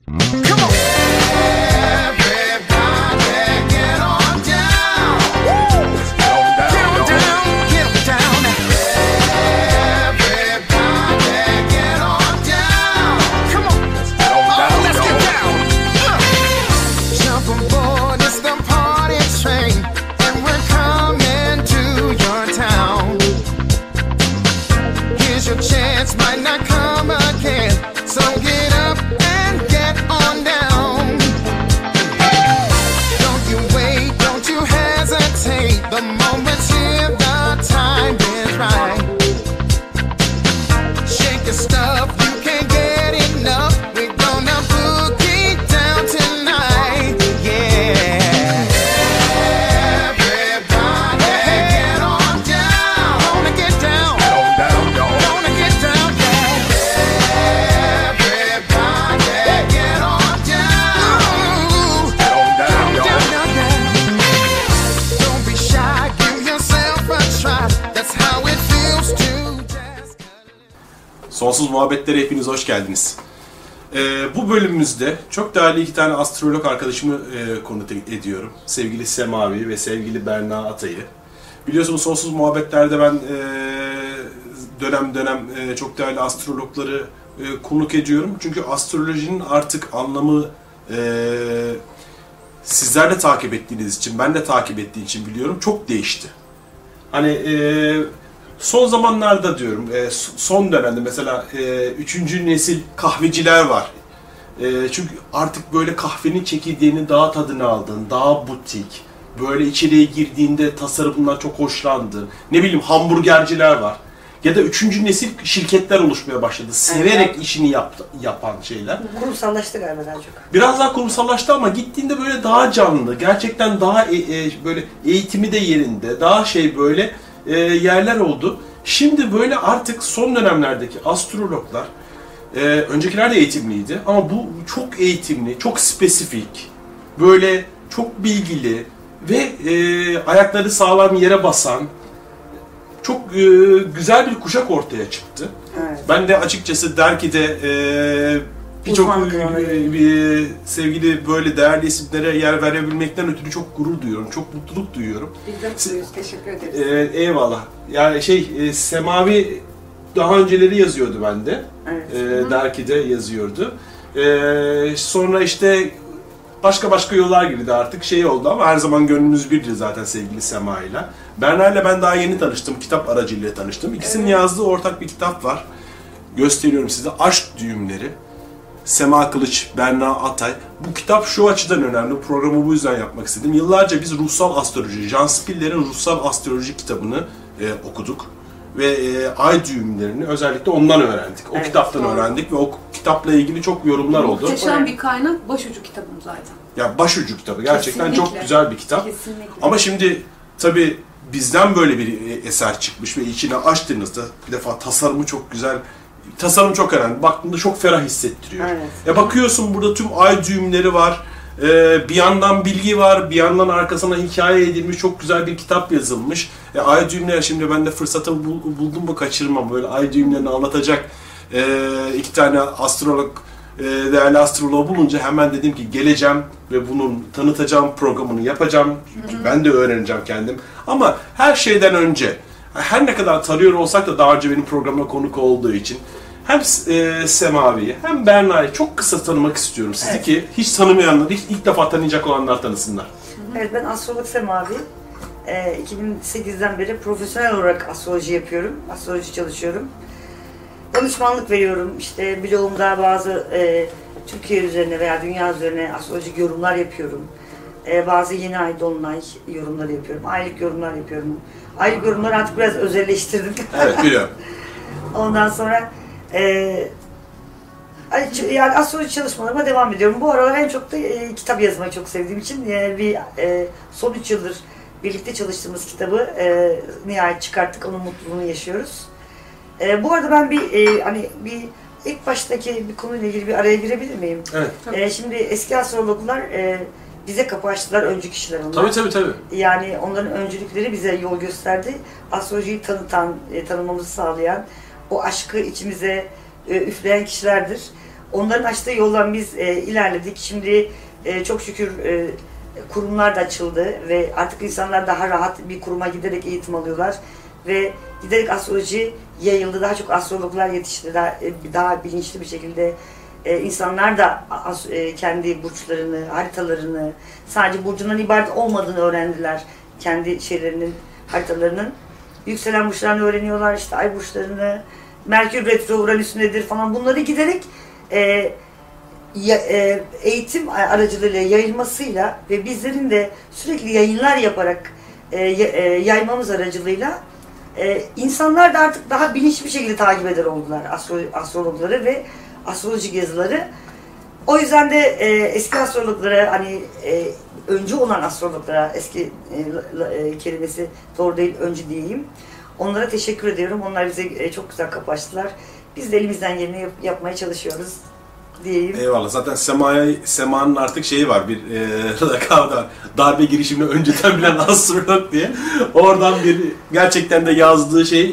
Come on. Sonsuz Muhabbetlere hepiniz hoş geldiniz. Bu bölümümüzde çok değerli iki tane astrolog arkadaşımı konuk ediyorum. Sevgili Semavi ve sevgili Berna Atay'ı. Biliyorsunuz Sonsuz Muhabbetlerde ben dönem dönem çok değerli astrologları konuk ediyorum. Çünkü astrolojinin artık anlamı sizler de takip ettiğiniz için, ben de takip ettiğim için biliyorum, çok değişti. Hani son zamanlarda diyorum, son dönemde mesela 3. nesil kahveciler var. Çünkü artık böyle kahvenin çekirdeğinin daha tadını aldın, daha butik, böyle içeriye girdiğinde tasarımından çok hoşlandın. Ne bileyim hamburgerciler var. Ya da 3. nesil şirketler oluşmaya başladı. Severek evet, işini yapan şeyler. Kurumsallaştı galiba daha çok. Biraz daha kurumsallaştı ama gittiğinde böyle daha canlı, gerçekten daha böyle eğitimi de yerinde, daha böyle yerler oldu. Şimdi böyle artık son dönemlerdeki astrologlar, öncekiler de eğitimliydi ama bu çok eğitimli, çok spesifik, böyle çok bilgili ve ayakları sağlam yere basan, çok güzel bir kuşak ortaya çıktı. Evet. Ben de açıkçası Derki'de birçok sevgili böyle değerli isimlere yer verebilmekten ötürü çok gurur duyuyorum, çok mutluluk duyuyorum. Biz de teşekkür ederiz. Eyvallah. Yani Semavi daha önceleri yazıyordu bende. Evet. Derki'de yazıyordu. Sonra işte başka yollar girdi artık oldu ama her zaman gönlünüz birdir zaten sevgili Sema'yla. Berna ile ben daha yeni tanıştım, kitap aracılığıyla tanıştım. İkisinin yazdığı ortak bir kitap var. Gösteriyorum size, Aşk Düğümleri. Sema Kılıç, Berna Atay. Bu kitap şu açıdan önemli, programı bu yüzden yapmak istedim. Yıllarca biz ruhsal astroloji, Jan Spiller'in ruhsal astroloji kitabını okuduk. Ve ay düğümlerini özellikle ondan öğrendik. O kitaptan öğrendik ve o kitapla ilgili çok yorumlar oldu. Muhteşem bir kaynak, başucu kitabım zaten. Ya başucu kitabı, gerçekten kesinlikle, çok güzel bir kitap. Kesinlikle. Ama şimdi tabii bizden böyle bir eser çıkmış ve içine açtığınızda bir defa tasarımı çok güzel. Tasarım çok önemli. Baktığında çok ferah hissettiriyor. Evet. Bakıyorsun burada tüm ay düğümleri var. Bir yandan bilgi var, bir yandan arkasına hikaye edilmiş çok güzel bir kitap yazılmış. Ay düğümleri, şimdi ben de fırsatı buldum mu kaçırmam. Böyle ay düğümlerini anlatacak iki tane astrolog, değerli astrolog bulunca hemen dedim ki geleceğim ve bunun tanıtacağım, programını yapacağım. Çünkü ben de öğreneceğim kendim. Ama her şeyden önce, her ne kadar tanıyor olsak da daha önce benim programa konuk olduğu için hem Semavi'yi hem Berna'yı çok kısa tanımak istiyorum sizi, evet, ki hiç tanımayanlar, ilk defa tanıyacak olanlar tanısınlar. Evet, ben astrolog Semavi. 2008'den beri profesyonel olarak astroloji yapıyorum, astroloji çalışıyorum. Danışmanlık veriyorum, işte blogumda bazı Türkiye üzerine veya dünya üzerine astrolojik yorumlar yapıyorum. Bazı yeni ay dolunay yorumları yapıyorum, aylık yorumlar yapıyorum. Aylık yorumları artık biraz özelleştirdim. Evet, biliyorum. Ondan sonra yani astroloji çalışmalarıma devam ediyorum. Bu aralar en çok da kitap yazmayı çok sevdiğim için son 3 yıldır birlikte çalıştığımız kitabı nihayet çıkarttık. Onun mutluluğunu yaşıyoruz. Bu arada ben bir ilk baştaki bir konuyla ilgili bir araya girebilir miyim? Evet. Şimdi eski astrologlar bize kapı açtılar, öncü kişiler onlar. Tabii. Yani onların öncülükleri bize yol gösterdi. Astrolojiyi tanımamızı sağlayan, o aşkı içimize üfleyen kişilerdir. Onların açtığı yoldan biz ilerledik. Şimdi çok şükür kurumlar da açıldı ve artık insanlar daha rahat bir kuruma giderek eğitim alıyorlar ve giderek astroloji yayıldı. Daha çok astrologlar yetişti. Daha bilinçli bir şekilde insanlar da kendi burçlarını, haritalarını, sadece burcundan ibaret olmadığını öğrendiler. Kendi şeylerinin, haritalarının. Yükselen burçlarını öğreniyorlar, işte ay burçlarını, Merkür retro, Uranüs nedir falan, bunları giderek eğitim aracılığıyla yayılmasıyla ve bizlerin de sürekli yayınlar yaparak yaymamız aracılığıyla insanlar da artık daha bilinçli bir şekilde takip eder oldular astrologları ve astrolojik yazıları. O yüzden de eski astrologlara, hani öncü olan astrologlara, eski kelimesi doğru değil, öncü diyeyim. Onlara teşekkür ediyorum. Onlar bize çok güzel kapı açtılar. Biz de elimizden geleni yapmaya çalışıyoruz diyeyim. Eyvallah. Zaten Sema'nın artık şeyi var, bir rakamda darbe girişimini önceden bilen astrolog diye. Oradan bir gerçekten de yazdığı şey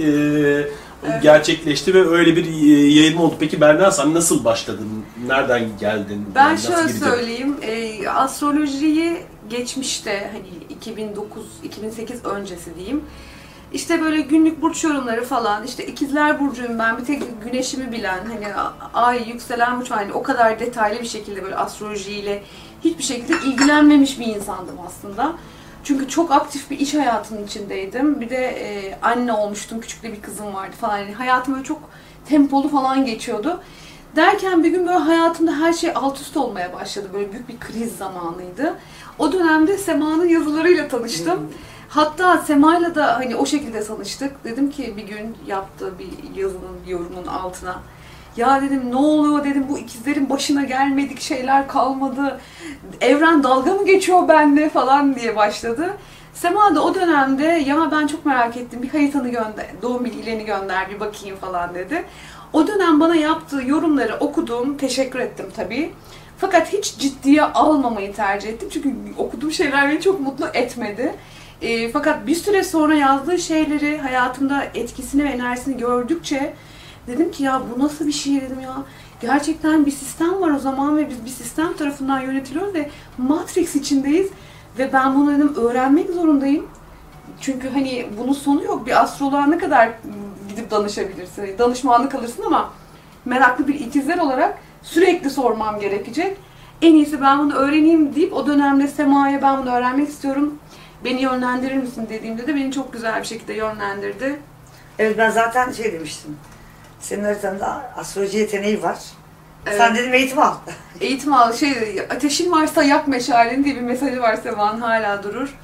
gerçekleşti ve öyle bir yayılma oldu. Peki Berna, sen nasıl başladın? Nereden geldin? Ben nasıl şöyle girdin? söyleyeyim, astrolojiyi geçmişte, hani 2009-2008 öncesi diyeyim, İşte böyle günlük burç yorumları falan, işte ikizler burcuyum ben, bir tek güneşimi bilen, hani ay, yükselen burç, hani o kadar detaylı bir şekilde böyle astrolojiyle hiçbir şekilde ilgilenmemiş bir insandım aslında. Çünkü çok aktif bir iş hayatının içindeydim. Bir de anne olmuştum, küçük de bir kızım vardı falan. Yani hayatım böyle çok tempolu falan geçiyordu. Derken bir gün böyle hayatımda her şey alt üst olmaya başladı. Böyle büyük bir kriz zamanıydı. O dönemde Sema'nın yazılarıyla tanıştım. Hatta Sema'yla da hani o şekilde tanıştık. Dedim ki bir gün yaptığı bir yazının, yorumun altına, ya dedim ne oluyor dedim, bu ikizlerin başına gelmedik şeyler kalmadı. Evren dalga mı geçiyor benimle falan diye başladı. Sema da o dönemde, ya ben çok merak ettim, bir haritanı gönder, doğum bilgilerini gönder bir bakayım falan dedi. O dönem bana yaptığı yorumları okudum, teşekkür ettim tabii. Fakat hiç ciddiye almamayı tercih ettim çünkü okuduğum şeyler beni çok mutlu etmedi. Fakat bir süre sonra yazdığı şeyleri hayatımda etkisini ve enerjisini gördükçe dedim ki ya bu nasıl bir şey dedim ya. Gerçekten bir sistem var o zaman ve biz bir sistem tarafından yönetiliyoruz ve Matrix içindeyiz ve ben bunu dedim öğrenmek zorundayım. Çünkü hani bunun sonu yok. Bir astroloğa ne kadar gidip danışabilirsin, danışmanlık alırsın ama meraklı bir ikizler olarak sürekli sormam gerekecek. En iyisi ben bunu öğreneyim deyip o dönemde Sema'ya ben bunu öğrenmek istiyorum, beni yönlendirir misin dediğimde de beni çok güzel bir şekilde yönlendirdi. Evet, ben zaten şey demiştim. Senin haritanda astroloji yeteneği var. Evet. Sen dedim eğitim al. Eğitim al, ateşin varsa yak meşaleni diye bir mesajı var Sema'nın, hala durur.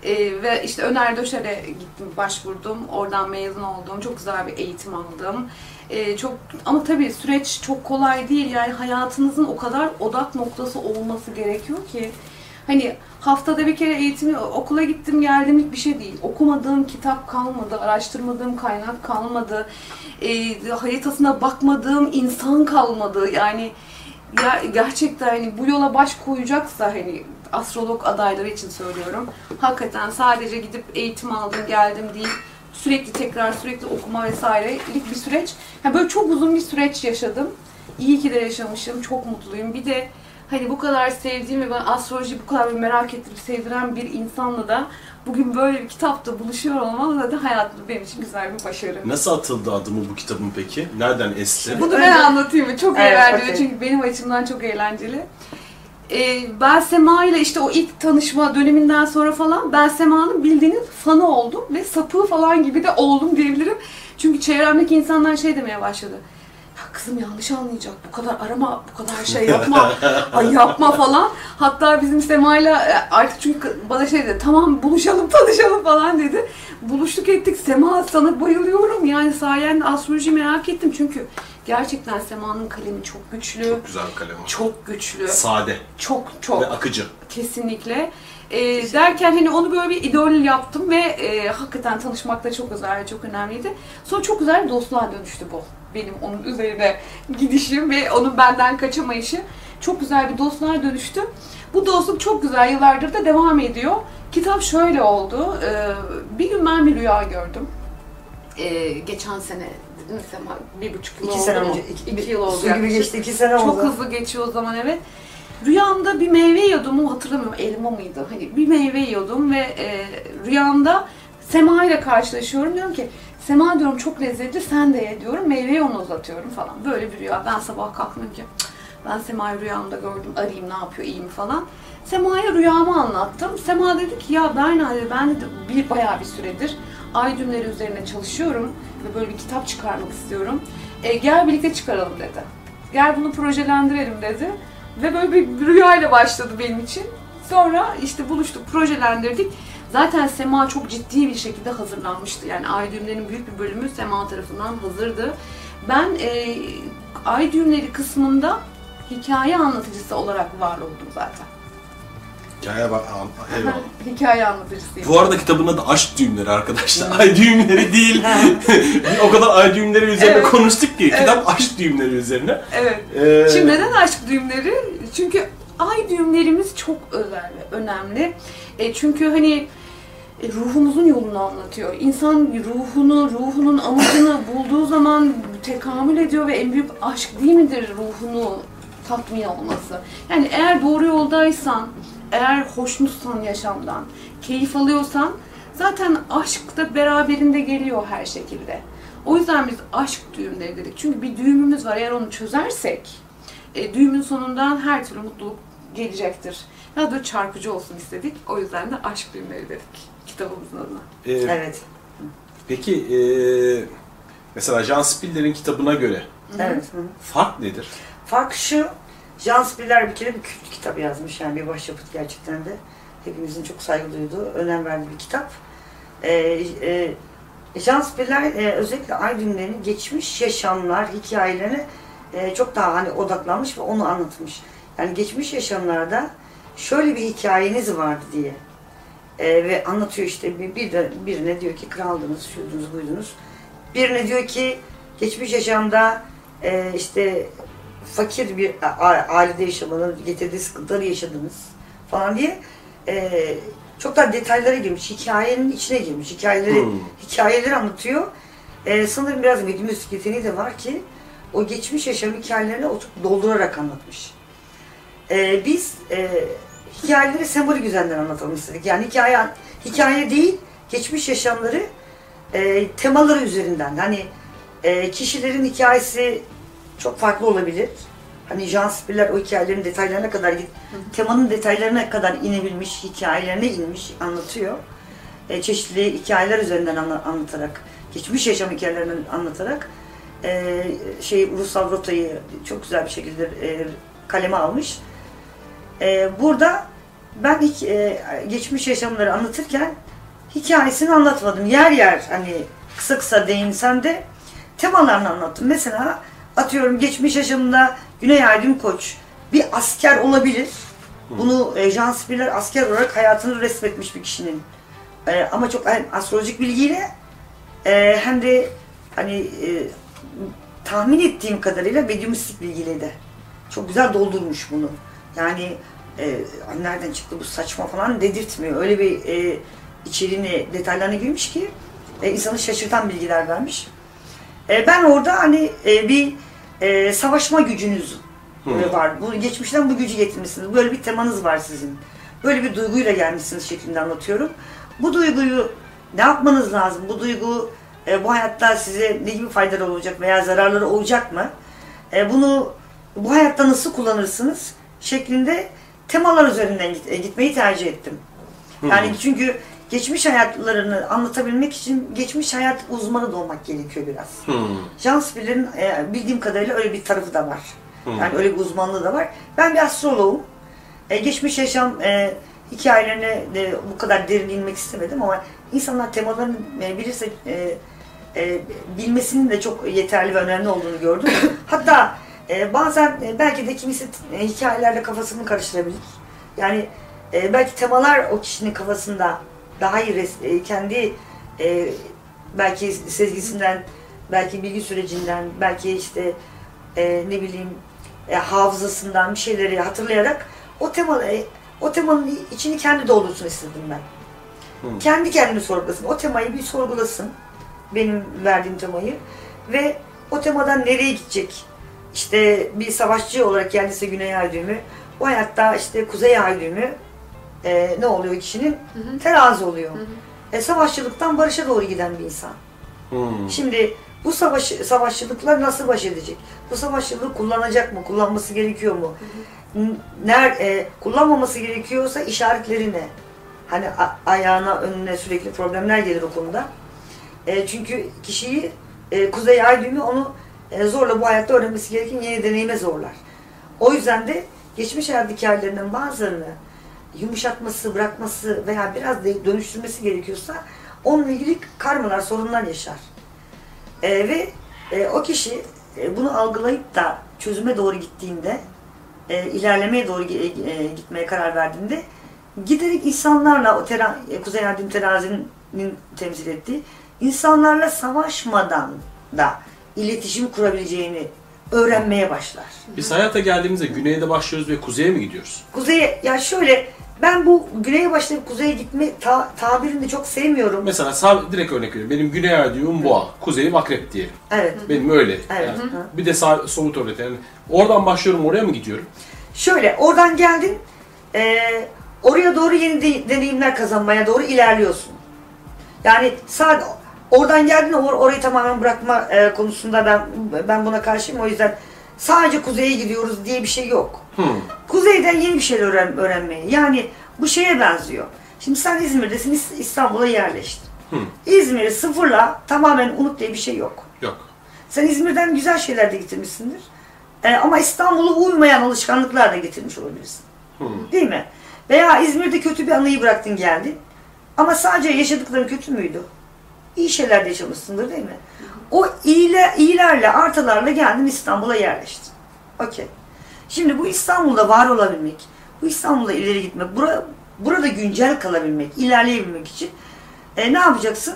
Ve işte Öner Döşer'e gittim, başvurdum. Oradan mezun oldum. Çok güzel bir eğitim aldım. Ama tabii süreç çok kolay değil. Yani hayatınızın o kadar odak noktası olması gerekiyor ki. Hani haftada bir kere eğitimi, okula gittim geldim bir şey değil. Okumadığım kitap kalmadı, araştırmadığım kaynak kalmadı, haritasına bakmadığım insan kalmadı. Yani ya gerçekten hani bu yola baş koyacaksa, hani astrolog adayları için söylüyorum, hakikaten sadece gidip eğitim aldım geldim değil, sürekli okuma vesairelik bir süreç. Yani böyle çok uzun bir süreç yaşadım. İyi ki de yaşamışım, çok mutluyum. Bir de hani bu kadar sevdiğim ve ben astrolojiyi bu kadar merak ettirip sevdiren bir insanla da bugün böyle bir kitapta buluşuyor olmam zaten hayatımda benim için güzel bir başarı. Nasıl atıldı adımı bu kitabın peki? Nereden esti? Bunu ben anlatayım mı? Çok eğlenceli, okay. Çünkü benim açımdan çok eğlenceli. Ben Sema ile işte o ilk tanışma döneminden sonra falan ben Sema'nın bildiğiniz fanı oldum ve sapığı falan gibi de oldum diyebilirim. Çünkü çevremdeki insanlar şey demeye başladı. Ya kızım yanlış anlayacak, bu kadar arama, bu kadar şey yapma, ay yapma falan. Hatta bizim Sema'yla artık, çünkü bana şey dedi, tamam buluşalım, tanışalım falan dedi. Buluştuk ettik, Sema sana bayılıyorum, yani sayende astrolojiyi merak ettim çünkü gerçekten Sema'nın kalemi çok güçlü. Çok güzel bir kalem. Çok güçlü. Sade. Çok. Ve akıcı. Kesinlikle. Derken hani onu böyle bir idol yaptım ve hakikaten tanışmak da çok özel, çok önemliydi. Sonra çok güzel bir dostluğa dönüştü bu. Benim onun üzerine gidişim ve onun benden kaçamayışı çok güzel bir dostluğa dönüştü. Bu dostluk çok güzel, yıllardır da devam ediyor. Kitap şöyle oldu. Bir gün ben bir rüya gördüm. Geçen sene Mesela 1,5 yıl 2 oldu sene mu? önce. 2 yıl oldu. Su gibi geçti, 2 sene oldu. Çok hızlı geçiyor o zaman, evet. Rüyamda bir meyve yiyordum, hatırlamıyorum, elma mıydı? Hani bir meyve yiyordum ve rüyamda Sema ile karşılaşıyorum. Diyorum ki, Sema diyorum çok lezzetli, sen de ye diyorum. Meyveyi ona uzatıyorum falan. Böyle bir rüya. Ben sabah kalktım ki, ben Sema'yı rüyamda gördüm, arayayım ne yapıyor, iyi mi falan. Sema'ya rüyamı anlattım. Sema dedi ki, ya Berna dedi, ben de bayağı bir süredir ay düğümleri üzerine çalışıyorum ve böyle bir kitap çıkarmak istiyorum. Gel birlikte çıkaralım dedi. Gel bunu projelendirelim dedi. Ve böyle bir rüyayla başladı benim için. Sonra işte buluştuk, projelendirdik. Zaten Sema çok ciddi bir şekilde hazırlanmıştı. Yani ay düğümlerinin büyük bir bölümü Sema tarafından hazırdı. Ben ay düğümleri kısmında hikaye anlatıcısı olarak var oldum zaten. Hikaye bak, eyvallah. Hikaye anlatıcısıyım. Bu arada kitabın adı Aşk Düğümleri arkadaşlar. Ay düğümleri değil. O kadar ay düğümleri üzerine konuştuk ki. Kitap aşk düğümleri üzerine. Evet. Şimdi neden aşk düğümleri? Çünkü ay düğümlerimiz çok özel ve önemli. Çünkü hani ruhumuzun yolunu anlatıyor. İnsan ruhunun amacını bulduğu zaman tekamül ediyor ve en büyük aşk değil midir ruhunu tatmin olması? Yani eğer doğru yoldaysan, eğer hoşnutsan yaşamdan, keyif alıyorsan zaten aşk da beraberinde geliyor her şekilde. O yüzden biz aşk düğümleri dedik. Çünkü bir düğümümüz var. Eğer onu çözersek düğümün sonundan her türlü mutluluk gelecektir. Daha da çarpıcı olsun istedik. O yüzden de aşk düğümleri dedik kitabımızın adına. Evet. Peki mesela Jean Spiller'in kitabına göre fark nedir? Fark şu, Jean Spiller bir kere bir kült kitap yazmış, yani bir başyapıt gerçekten de. Hepimizin çok saygı duyduğu, önem verdiği bir kitap. Jean Spiller özellikle ay düğümlerinin geçmiş yaşamlar, hikayelerine çok daha hani odaklanmış ve onu anlatmış. Yani geçmiş yaşamlarda şöyle bir hikayeniz vardı diye. Ve anlatıyor işte, birine diyor ki kraldınız, şuydunuz, buydunuz. Birine diyor ki geçmiş yaşamda işte fakir bir ailede yaşamanın getirdiği sıkıntıları yaşadınız falan diye çok daha detaylara girmiş, hikayenin içine girmiş, hikayeleri anlatıyor. Sanırım biraz mediumist yeteneği de var ki o geçmiş yaşam hikayelerini oturup doldurarak anlatmış. Biz hikayeleri sembolik üzerinden anlatalım istedik. Yani hikaye değil, geçmiş yaşamları temaları üzerinden. Hani kişilerin hikayesi çok farklı olabilir. Hani Jean Spiller o hikayelerin detaylarına kadar temanın detaylarına kadar inebilmiş, hikayelerine inmiş, anlatıyor. Çeşitli hikayeler üzerinden anlatarak, geçmiş yaşam hikayelerini anlatarak ruhsal rotayı çok güzel bir şekilde kaleme almış. Burada ben geçmiş yaşamları anlatırken hikayesini anlatmadım. Yer yer hani kısa kısa değinsem de temalarını anlattım. Mesela atıyorum geçmiş yaşamında Güney Aydın Koç bir asker olabilir. Bunu Jean Spiller asker olarak hayatını resmetmiş bir kişinin. Ama çok hem astrolojik bilgiyle hem de hani tahmin ettiğim kadarıyla mediumistik bilgiyle de çok güzel doldurmuş bunu. Yani nereden çıktı bu saçma falan dedirtmiyor. Öyle bir içeriğine, detaylarına girmiş ki insanı şaşırtan bilgiler vermiş. Ben orada hani bir savaşma gücünüz var. Bu geçmişten bu gücü getirmişsiniz. Böyle bir temanız var sizin. Böyle bir duyguyla gelmişsiniz şeklinde anlatıyorum. Bu duyguyu ne yapmanız lazım? Bu duygu bu hayatta size ne gibi faydaları olacak veya zararları olacak mı? Bunu bu hayatta nasıl kullanırsınız? Şeklinde temalar üzerinden gitmeyi tercih ettim. Yani çünkü geçmiş hayatlarını anlatabilmek için geçmiş hayat uzmanı da olmak gerekiyor biraz. Jean Spiller'in bildiğim kadarıyla öyle bir tarafı da var. Yani öyle bir uzmanlığı da var. Ben bir astroloğum. Geçmiş yaşam hikayelerine de bu kadar derin inmek istemedim ama insanlar temalarını bilirse bilmesinin de çok yeterli ve önemli olduğunu gördüm. Hatta bazen belki de kimisi hikayelerle kafasını karıştırabilir. Yani belki temalar o kişinin kafasında daha iyi kendi belki sezgisinden, belki bilgi sürecinden, belki işte ne bileyim hafızasından bir şeyleri hatırlayarak o temanın içini kendi doldursun istedim ben. Kendi kendini sorgulasın. O temayı bir sorgulasın. Benim verdiğim temayı. ve o temadan nereye gidecek? İşte bir savaşçı olarak geldiyse Güney Ay düğümü, o hayatta işte Kuzey Ay düğümü ne oluyor kişinin? Terazi oluyor. Savaşçılıktan barışa doğru giden bir insan. Şimdi bu savaşçılıkla nasıl baş edecek? Bu savaşçılığı kullanacak mı? Kullanması gerekiyor mu? Kullanmaması gerekiyorsa işaretleri ne? Hani ayağına, önüne sürekli problemler gelir o konuda. Çünkü kişiyi Kuzey Ay düğümü onu zorla bu hayatta öğrenmesi gereken yeni deneyime zorlar. O yüzden de geçmiş hayat hikayelerinden bazılarını yumuşatması, bırakması veya biraz dönüştürmesi gerekiyorsa onunla ilgili karmalar, sorunlar yaşar. Ve o kişi bunu algılayıp da çözüme doğru gittiğinde, ilerlemeye doğru gitmeye karar verdiğinde giderek insanlarla, o Kuzey Ay düğüm terazinin temsil ettiği insanlarla savaşmadan da iletişim kurabileceğini öğrenmeye başlar. Biz hayata geldiğimizde güneyde başlıyoruz ve kuzeye mi gidiyoruz? Kuzeye, ya şöyle, ben bu güneye başlayıp kuzeye gitme tabirini de çok sevmiyorum. Mesela direkt örnek veriyorum. Benim güney ay düğümüm boğa, kuzeyim akrep diyelim. Evet. Benim öyle. Evet. Yani. Bir de somut örnek. Yani oradan başlıyorum, oraya mı gidiyorum? Şöyle, oradan geldin, oraya doğru yeni deneyimler kazanmaya doğru ilerliyorsun. Yani oradan geldin, orayı tamamen bırakma konusunda ben buna karşıyım. O yüzden sadece kuzeye gidiyoruz diye bir şey yok. Kuzeyden yeni bir şeyler öğrenmeye. Yani bu şeye benziyor. Şimdi sen İzmir'desin, İstanbul'a yerleştin. İzmir'i sıfırla tamamen unut diye bir şey yok. Yok. Sen İzmir'den güzel şeyler de getirmişsindir. Ama İstanbul'a uymayan alışkanlıklar da getirmiş olabilirsin. Değil mi? Veya İzmir'de kötü bir anıyı bıraktın geldin. Ama sadece yaşadıkların kötü müydü? İyi şeyler de yaşamışsındır değil mi? O iyilerle, artılarla geldin İstanbul'a yerleştin. Okey. Şimdi bu İstanbul'da var olabilmek, bu İstanbul'da ileri gitmek, burada güncel kalabilmek, ilerleyebilmek için ne yapacaksın?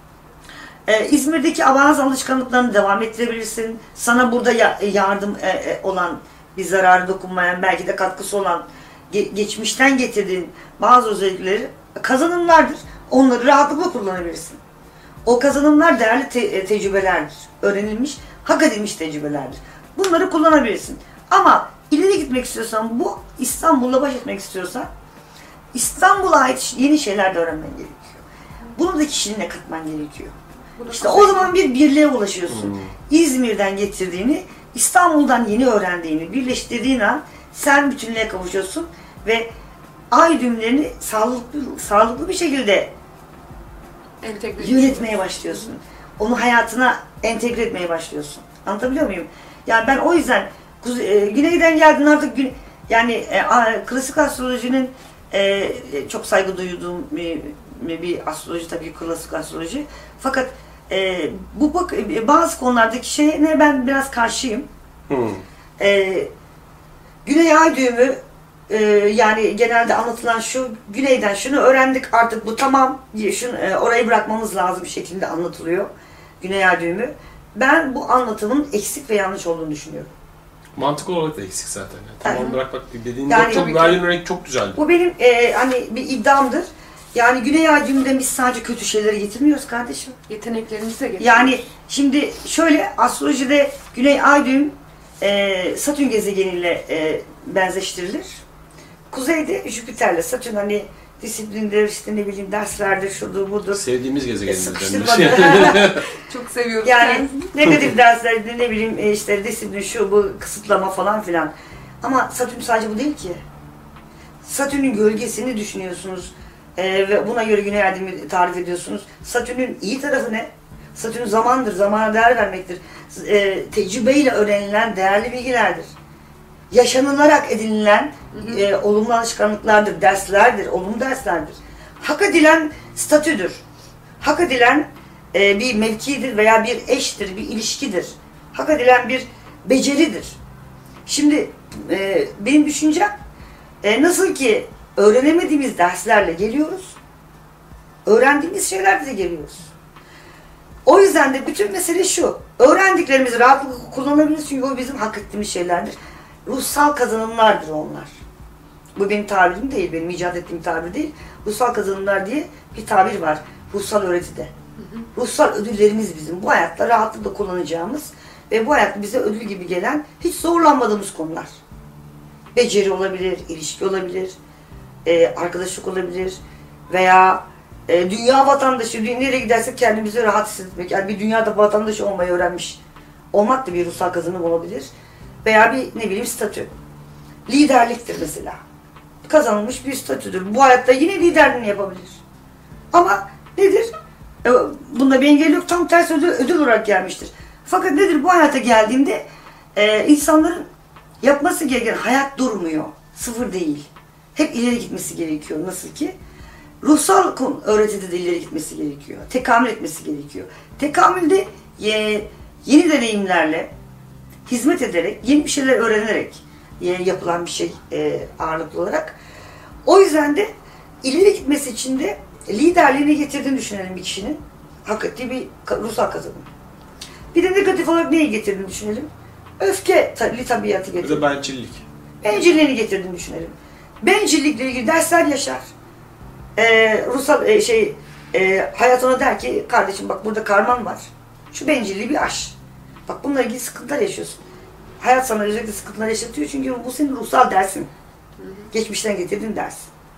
İzmir'deki bazı alışkanlıklarını devam ettirebilirsin. Sana burada yardım olan, bir zararı dokunmayan, belki de katkısı olan, geçmişten getirdiğin bazı özellikleri kazanımlardır. Onları rahatlıkla kullanabilirsin. O kazanımlar değerli tecrübelerdir. Öğrenilmiş, hak edilmiş tecrübelerdir. Bunları kullanabilirsin. Ama ileri gitmek istiyorsan, bu İstanbul'la baş etmek istiyorsan, İstanbul'a ait yeni şeyler de öğrenmen gerekiyor. Bunu da kişiliğine katman gerekiyor. İşte o zaman bir birliğe ulaşıyorsun. İzmir'den getirdiğini, İstanbul'dan yeni öğrendiğini birleştirdiğin an sen bütünlüğe kavuşuyorsun ve ay düğümlerini sağlıklı bir şekilde yönetmeye başlıyorsun. Onu hayatına entegre etmeye başlıyorsun. Anlatabiliyor muyum? Yani ben o yüzden güneyden geldin artık yani klasik astrolojinin çok saygı duyduğum bir astroloji, tabii klasik astroloji. Fakat bazı konulardaki şeye ben biraz karşıyım. Güney ay düğümü yani genelde anlatılan şu, güneyden şunu öğrendik artık bu tamam, orayı bırakmamız lazım bir şekilde anlatılıyor. Güney ay düğümü. Ben bu anlatımın eksik ve yanlış olduğunu düşünüyorum. Mantık olarak da eksik zaten. Yani. Tamam bırakmak dediğin yani, çok verdiğin örnek çok güzeldi. Bu benim hani bir iddiamdır. Yani Güney Ay düğümünden biz sadece kötü şeyleri getirmiyoruz kardeşim. Yeteneklerimizi de getiriyoruz. Yani şimdi şöyle, astrolojide Güney Ay düğüm Satürn gezegeniyle benzeştirilir. Kuzeyde Jüpiter'le, Satürn hani disiplindir, işte ne bileyim derslerdir, şudur budur. Sevdiğimiz gezegenimizden. Çok seviyoruz. Yani negatif dersler, ne bileyim işte disiplin, şu bu, kısıtlama falan filan. Ama Satürn sadece bu değil ki. Satürn'ün gölgesini düşünüyorsunuz. Ve buna göre Güney Ay düğümü tarif ediyorsunuz. Satürn'ün iyi tarafı ne? Satürn zamandır, zamana değer vermektir. Tecrübeyle öğrenilen değerli bilgilerdir. Yaşanılarak edinilen olumlu alışkanlıklardır, derslerdir, olumlu derslerdir. Hak edilen statüdür. Hak edilen bir mevkidir veya bir eştir, bir ilişkidir. Hak edilen bir beceridir. Şimdi benim düşüncem nasıl ki öğrenemediğimiz derslerle geliyoruz, öğrendiğimiz şeylerle de geliyoruz. O yüzden de bütün mesele şu, öğrendiklerimizi rahatlıkla kullanabiliriz çünkü o bizim hak ettiğimiz şeylerdir. Ruhsal kazanımlardır onlar. Bu benim tabirim değil, benim icat ettiğim tabir değil. Ruhsal kazanımlar diye bir tabir var, ruhsal öğretide. Ruhsal ödüllerimiz bizim. Bu hayatta rahatlıkla kullanacağımız ve bu hayat bize ödül gibi gelen hiç zorlanmadığımız konular. Beceri olabilir, ilişki olabilir, arkadaşlık olabilir veya dünya vatandaşı, nereye gidersek kendimizi rahat hissetmek. Yani bir dünyada vatandaşı olmayı öğrenmiş olmak da bir ruhsal kazanım olabilir. Veya bir ne bileyim statü. Liderliktir mesela. Kazanılmış bir statüdür. Bu hayatta yine liderliğini yapabilir. Ama nedir? Bunda bir engel yok. Tam tersi ödül olarak gelmiştir. Fakat nedir? Bu hayata geldiğinde insanların yapması gereken, hayat durmuyor. Sıfır değil. Hep ileri gitmesi gerekiyor. Nasıl ki? Ruhsal öğretide de ileri gitmesi gerekiyor. Tekamül etmesi gerekiyor. Tekamülde yeni deneyimlerle, hizmet ederek, yeni bir şeyler öğrenerek yapılan bir şey ağırlıklı olarak. O yüzden de ileri gitmesi için de liderliğini getirdiğini düşünelim bir kişinin. Hak ettiği bir ruhsal kazanım. Bir de negatif olarak neyi getirdiğini düşünelim. Öfkeli tabiatı getirdiğini. Bir de bencillik. Bencilliğini getirdiğini düşünelim. Bencillikle ilgili dersler yaşar. Ruhsal hayat ona der ki, kardeşim bak burada karman var. Şu bencilliği bir aş. Bak bununla ilgili sıkıntılar yaşıyorsun. Hayat sana özellikle sıkıntılar yaşatıyor çünkü bu senin ruhsal dersin. Geçmişten getirdiğin ders.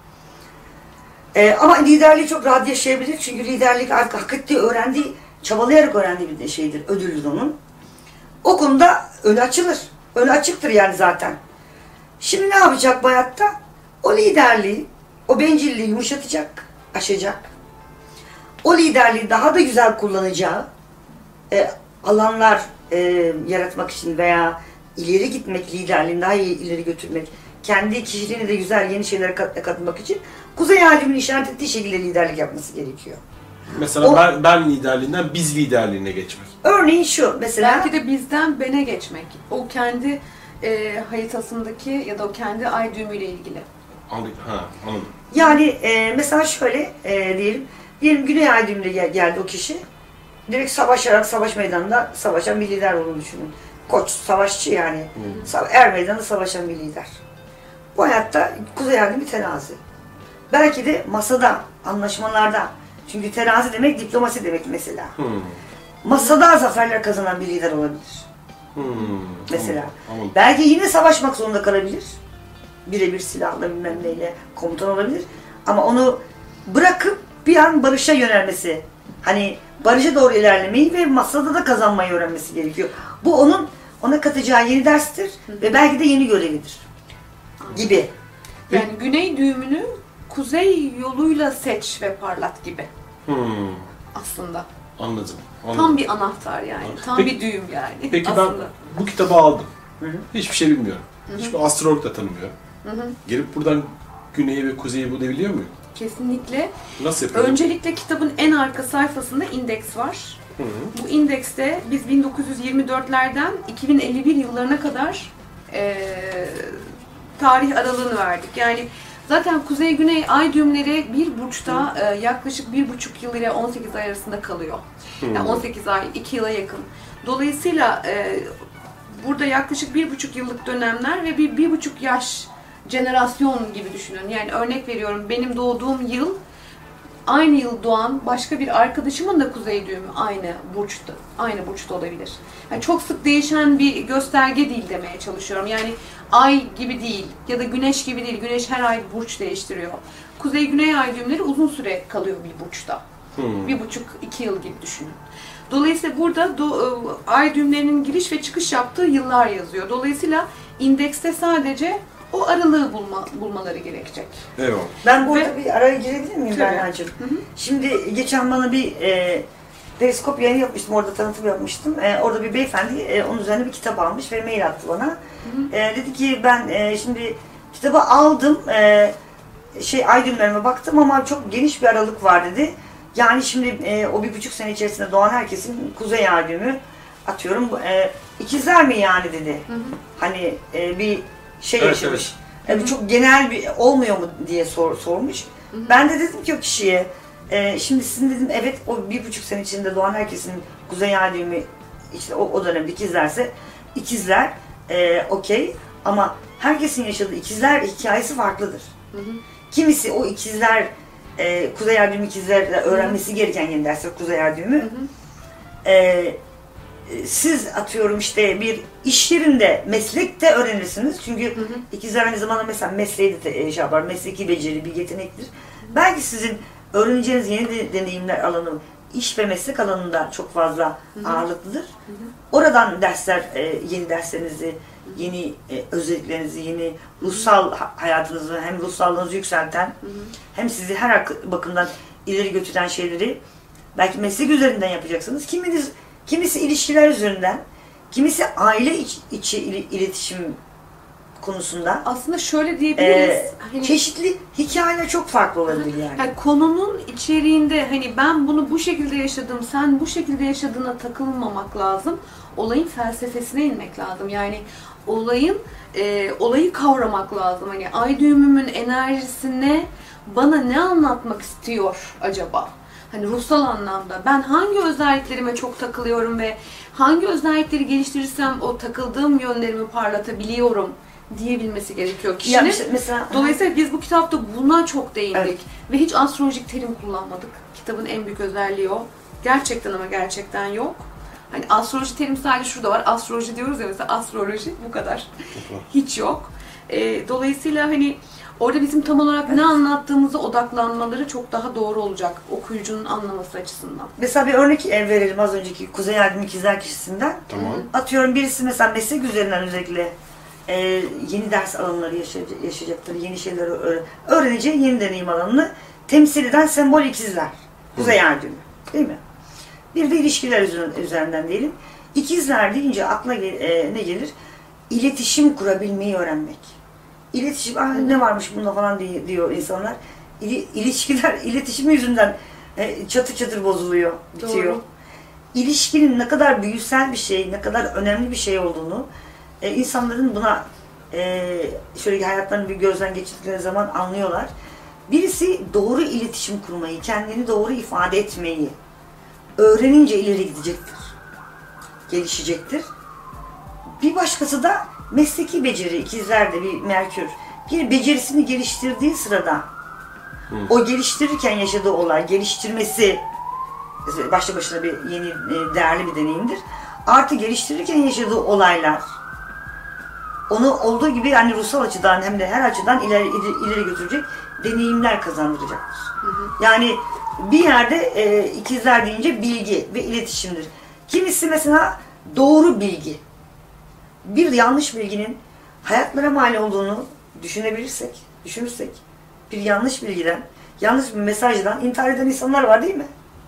Ama liderliği çok rahat yaşayabilir çünkü liderlik hak ettiği, öğrendiği, çabalayarak öğrendiği bir şeydir, ödüldür onun. O konuda önü açılır. Önü açıktır yani zaten. Şimdi ne yapacak bu hayatta? O liderliği, o bencilliği yumuşatacak, aşacak. O liderliği daha da güzel kullanacağı alanlar yaratmak için veya ileri gitmek, liderliğini daha iyi ileri götürmek, kendi kişiliğini de güzel yeni şeylere katmak için Kuzey Ay düğümünün işaret ettiği şekilde liderlik yapması gerekiyor. Mesela ben liderliğinden biz liderliğine geçmek. Örneğin şu mesela. Belki de bizden bene geçmek. O kendi haritasındaki ya da o kendi ay düğümüyle ilgili. Anladım. Yani mesela şöyle diyelim Güney Ay düğümüne geldi o kişi. Direkt savaşarak savaş meydanında savaşan bir lider olduğunu düşünün. Koç, savaşçı yani. Er meydanında savaşan bir lider. Bu hayatta Kuzey Ay düğümü terazi. Belki de masada, anlaşmalarda. Çünkü terazi demek diplomasi demek mesela. Masada zaferler kazanan bir lider olabilir. Mesela. Anladım. Belki yine savaşmak zorunda kalabilir. Birebir silahla bilmem neyle komutan olabilir. Ama onu bırakıp bir an barışa yönelmesi. Hani barışa doğru ilerlemeyi ve masada da kazanmayı öğrenmesi gerekiyor. Bu ona katacağı yeni derstir ve belki de yeni görevidir. Gibi. Yani güney düğümünü kuzey yoluyla seç ve parlat gibi. Aslında. Anladım. Tam bir anahtar yani. Tam bir düğüm yani. Peki aslında. ben bu kitabı aldım. Hiçbir şey bilmiyorum. Hiçbir astrolog da tanımıyorum. Gelip buradan güneyi ve kuzeyi bulabiliyor muyum? Kesinlikle. Nasıl yapıyorum? Öncelikle kitabın en arka sayfasında indeks var. Bu indekste biz 1924'lerden 2051 yıllarına kadar tarih aralığını verdik. Yani zaten kuzey-güney ay düğümleri bir burçta yaklaşık 1,5 yıl ile 18 ay arasında kalıyor. Yani 18 ay, 2 yıla yakın. Dolayısıyla burada yaklaşık 1,5 yıllık dönemler ve 1,5 yaş jenerasyon gibi düşünün. Yani örnek veriyorum, benim doğduğum yıl, aynı yıl doğan başka bir arkadaşımın da kuzey düğümü aynı burçta olabilir. Yani çok sık değişen bir gösterge değil demeye çalışıyorum. Yani ay gibi değil ya da güneş gibi değil. Güneş her ay burç değiştiriyor. Kuzey-güney ay düğümleri uzun süre kalıyor bir burçta. 1,5-2 yıl gibi düşünün. Dolayısıyla burada ay düğümlerinin giriş ve çıkış yaptığı yıllar yazıyor. Dolayısıyla indekste sadece o aralığı bulmaları gerekecek. Eyvallah. Ben burada bir araya girebilir miyim Tabii. Berna'cığım? Şimdi geçen bana bir periskop yayını yapmıştım, orada tanıtım yapmıştım. Orada bir beyefendi onun üzerine bir kitap almış ve mail attı bana. Dedi ki ben şimdi kitabı aldım, ay düğümlerime baktım ama çok geniş bir aralık var dedi. Yani şimdi o 1,5 sene içerisinde doğan herkesin kuzey ay düğümü, atıyorum ikizler mi yani dedi. Hani bir şey yaşamış. Evet. Çok genel bir olmuyor mu diye sormuş. Ben de dedim ki o kişiye, şimdi sizin dedim evet o 1,5 sene içinde doğan herkesin kuzey ay düğümü işte o dönemde ikizler okey, ama herkesin yaşadığı ikizler hikayesi farklıdır. Kimisi o ikizler Kuzey Ay düğümü ikizlerle öğrenmesi gereken yeni dersler Kuzey Ay düğümü. Siz atıyorum işte bir iş yerinde meslekte öğrenirsiniz. Çünkü ikizler aynı zamanda mesela mesleği de şey yapar. Mesleki beceri bir yetenektir. Belki sizin öğreneceğiniz yeni deneyimler alanı iş ve meslek alanında çok fazla ağırlıklıdır. Oradan dersler, yeni derslerinizi, yeni özelliklerinizi, yeni ruhsal hayatınızı hem ruhsallığınızı yükselten hem sizi her bakımdan ileri götüren şeyleri belki meslek üzerinden yapacaksınız. Kimisi ilişkiler üzerinden, kimisi aile içi iletişim konusunda. Aslında şöyle diyebiliriz. Hani, çeşitli hikayeler çok farklı olabilir yani. Yani konunun içeriğinde hani ben bunu bu şekilde yaşadım, sen bu şekilde yaşadığına takılmamak lazım. Olayın felsefesine inmek lazım. Yani olayı kavramak lazım. Hani ay düğümümün enerjisine bana ne anlatmak istiyor acaba? Hani ruhsal anlamda ben hangi özelliklerime çok takılıyorum ve hangi özellikleri geliştirirsem o takıldığım yönlerimi parlatabiliyorum diyebilmesi gerekiyor kişinin. Ya mesela, dolayısıyla biz bu kitapta buna çok değindik ve hiç astrolojik terim kullanmadık. Kitabın en büyük özelliği o. Gerçekten ama gerçekten yok. Hani astroloji terim sadece şurada var. Astroloji diyoruz ya mesela astroloji bu kadar. Hiç yok. Dolayısıyla hani orada bizim tam olarak ne anlattığımıza odaklanmaları çok daha doğru olacak okuyucunun anlaması açısından. Mesela bir örnek verelim az önceki Kuzey Ay düğümü ikizler kişisinden. Tamam. Atıyorum birisi mesela meslek üzerinden özellikle yeni ders alanları yaşayacaktır, yeni şeyler öğreneceği yeni deneyim alanını temsil eden sembol ikizler. Kuzey Ay düğümü. Değil mi? Bir de ilişkiler üzerinden diyelim. İkizler deyince akla ne gelir? İletişim kurabilmeyi öğrenmek. İletişim, ne varmış bunda falan diyor insanlar. İlişkiler, iletişimi yüzünden çatır çatır bozuluyor, bitiyor. Doğru. İlişkinin ne kadar büyüsel bir şey, ne kadar önemli bir şey olduğunu insanların buna şöyle hayatlarını bir gözden geçirdikleri zaman anlıyorlar. Birisi doğru iletişim kurmayı, kendini doğru ifade etmeyi öğrenince ileri gidecektir, gelişecektir. Bir başkası da mesleki beceri, ikizlerde bir Merkür, bir becerisini geliştirdiği sırada o geliştirirken yaşadığı olay, geliştirmesi başlı başına bir yeni, değerli bir deneyimdir. Artı geliştirirken yaşadığı olaylar onu olduğu gibi yani ruhsal açıdan hem de her açıdan ileri götürecek deneyimler kazandıracaktır. Yani bir yerde ikizler deyince bilgi ve iletişimdir. Kimisi mesela doğru bilgi. Bir yanlış bilginin hayatlara mal olduğunu düşünürsek bir yanlış bilgiden, yanlış bir mesajdan intihar eden insanlar var değil mi?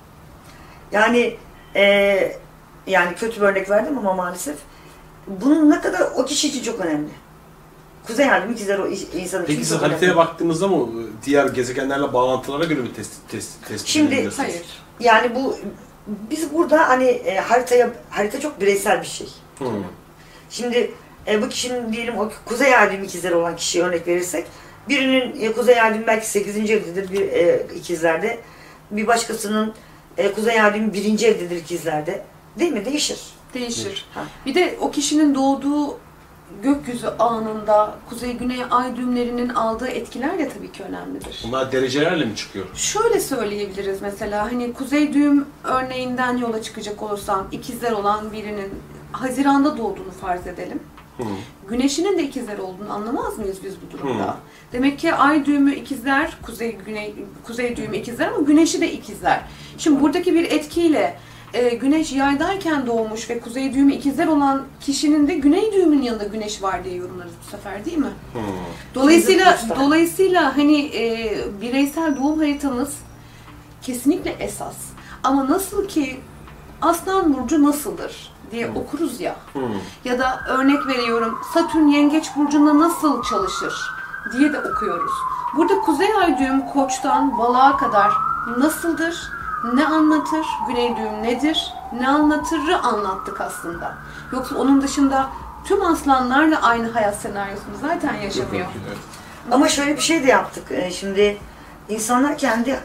Yani kötü bir örnek verdim ama maalesef bunun ne kadar o kişi için çok önemli. Kuzey Ay düğümü ikizler o insanın Peki siz haritaya baktığınızda mı diğer gezegenlerle bağlantılara göre mi tespit Şimdi ediyorsunuz? Hayır. Yani biz burada hani harita çok bireysel bir şey. Şimdi bu kişinin diyelim o Kuzey Ay düğümü ikizleri olan kişiye örnek verirsek birinin Kuzey Ay düğümü belki 8. evdedir ikizlerde. Bir başkasının Kuzey Ay düğümü 1. evdedir ikizlerde. Değil mi? Değişir. Bir de o kişinin doğduğu gökyüzü anında kuzey-güney ay düğümlerinin aldığı etkiler de tabii ki önemlidir. Bunlar derecelerle mi çıkıyor? Şöyle söyleyebiliriz mesela hani kuzey düğüm örneğinden yola çıkacak olursam ikizler olan birinin Haziran'da doğduğunu farz edelim. Güneşinin de ikizler olduğunu anlamaz mıyız biz bu durumda? Demek ki ay düğümü ikizler, kuzey düğümü ikizler ama güneşi de ikizler. Şimdi buradaki bir etkiyle güneş yaydayken doğmuş ve kuzey düğümü ikizler olan kişinin de güney düğümün yanında güneş var diye yorumlarız bu sefer değil mi? Dolayısıyla hani bireysel doğum haritamız kesinlikle esas. Ama nasıl ki Aslan burcu nasıldır diye okuruz ya. Ya da örnek veriyorum Satürn Yengeç burcunda nasıl çalışır diye de okuyoruz. Burada kuzey ay düğüm Koç'tan Balığa kadar nasıldır? Ne anlatır? Güney düğüm nedir? Ne anlatırı anlattık aslında. Yoksa onun dışında tüm aslanlarla aynı hayat senaryosunu zaten yaşamıyor. Evet. Ama şöyle bir şey de yaptık. Şimdi insanlar kendi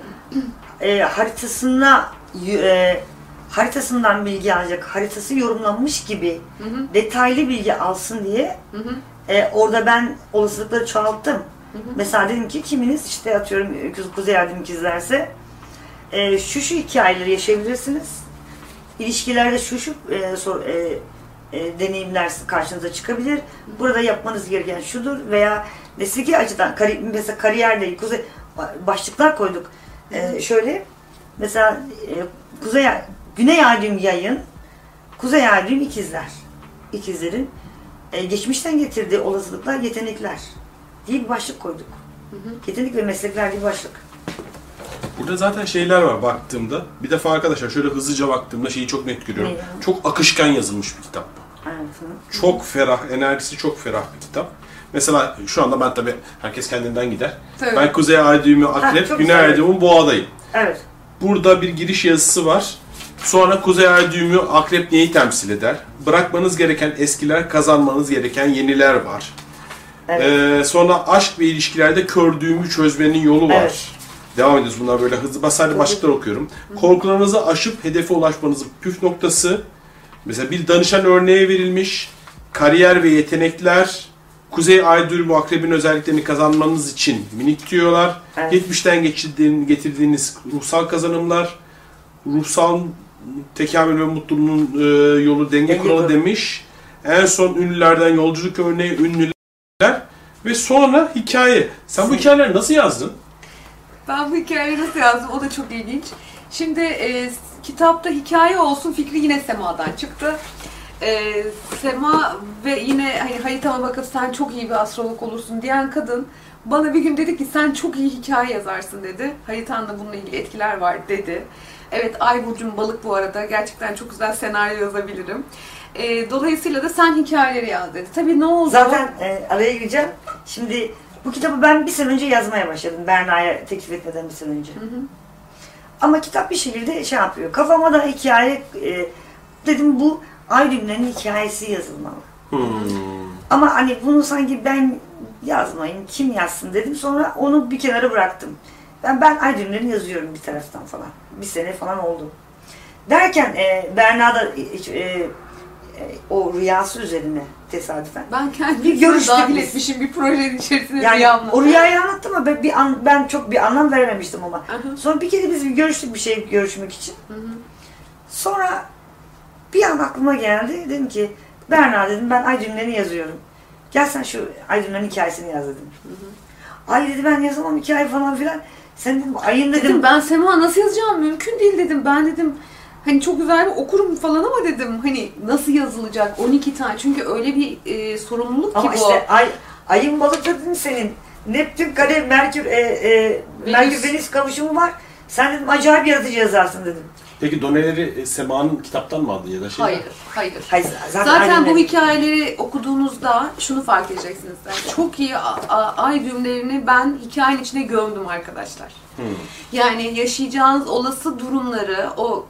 haritasından bilgi alacak, haritası yorumlanmış gibi detaylı bilgi alsın diye orada ben olasılıkları çoğalttım. Mesela dedim ki kiminiz işte atıyorum Kuzey Yardım ikizlerse şu hikayeleri yaşayabilirsiniz. İlişkilerde şu deneyimler karşınıza çıkabilir. Burada yapmanız gereken şudur veya mesleki açıdan mesela kariyerle kuzey başlıklar koyduk. Şöyle mesela Güney Ay düğüm yayın, Kuzey Ay düğüm ikizler. İkizlerin geçmişten getirdiği olasılıklar, yetenekler diye bir başlık koyduk. Yetenek ve meslekler diye bir başlık. Burada zaten şeyler var baktığımda. Bir defa arkadaşlar şöyle hızlıca baktığımda şeyi çok net görüyorum. Çok akışkan yazılmış bir kitap bu. Evet. Çok ferah, enerjisi çok ferah bir kitap. Mesela şu anda ben tabii herkes kendinden gider. Tabii. Ben Kuzey Ay düğümü Akrep, Güney Ay düğümü Boğa'dayım. Evet. Burada bir giriş yazısı var. Sonra Kuzey Ay düğümü Akrep neyi temsil eder? Bırakmanız gereken eskiler, kazanmanız gereken yeniler var. Evet. Sonra aşk ve ilişkilerde kör düğümü çözmenin yolu var. Evet. Devam ediyoruz bunlar böyle hızlı basarlı başlıklar okuyorum. Korkularınızı aşıp hedefe ulaşmanızın püf noktası. Mesela bir danışan örneği verilmiş. Kariyer ve yetenekler. Kuzey Ay düğümü Akrebin özelliklerini kazanmanız için minik tüyolar. Evet. Geçmişten getirdiğiniz ruhsal kazanımlar. Ruhsal tekamül ve mutluluğun yolu denge kuralı demiş. En son ünlülerden yolculuk örneği ünlüler. Ve sonra hikaye. Sen bu hikayeleri nasıl yazdın? Ben bu hikayeyi nasıl yazdım? O da çok ilginç. Şimdi kitapta hikaye olsun fikri yine Sema'dan çıktı. Sema ve yine hani haritama bakıp sen çok iyi bir astrolog olursun diyen kadın bana bir gün dedi ki sen çok iyi hikaye yazarsın dedi. Haritanda bununla ilgili etkiler var dedi. Evet, Ay burcum balık bu arada. Gerçekten çok güzel senaryo yazabilirim. Dolayısıyla da sen hikayeleri yaz dedi. Tabii ne oldu? Zaten araya gireceğim. Şimdi bu kitabı ben bir sene önce yazmaya başladım. Berna'ya teklif etmeden bir sene önce. Ama kitap bir şekilde şey yapıyor. Kafama da hikaye dedim bu Ay düğümlerinin hikayesi yazılmalı. Ama hani bunu sanki ben yazmayayım, kim yazsın dedim. Sonra onu bir kenara bıraktım. Ben Ay düğümlerini yazıyorum bir taraftan falan. Bir sene falan oldu. Derken Berna da o rüyası üzerine tesadüfen. Ben kendimi dahil etmişim bir projenin içerisinde yani rüyamla. O rüyayı anlattım ama ben çok bir anlam verememiştim ama. Sonra bir kere biz görüştük bir şey görüşmek için. Sonra bir an aklıma geldi. Dedim ki Berna dedim ben Ay düğümlerini yazıyorum. Gel sen şu Ay düğümlerinin hikayesini yaz dedim. Ay dedi ben yazamam hikaye falan filan. Sen dedim ayın dedim. Ben Sema nasıl yazacağım mümkün değil dedim. Ben dedim hani çok güzel bir okurum falan ama dedim hani nasıl yazılacak 12 tane çünkü öyle bir sorumluluk ama ki bu. Ama işte ayın balıkta dedim senin. Neptün kare Merkür Venüs kavuşumu var. Sen dedim acayip yaratıcı yazarsın dedim. Peki doneleri Sema'nın kitaptan mı aldın ya da şey? Hayır. Zaten bu hikayeleri okuduğunuzda şunu fark edeceksiniz. Yani çok iyi ay düğümlerini ben hikayenin içine gömdüm arkadaşlar. Yani yaşayacağınız olası durumları o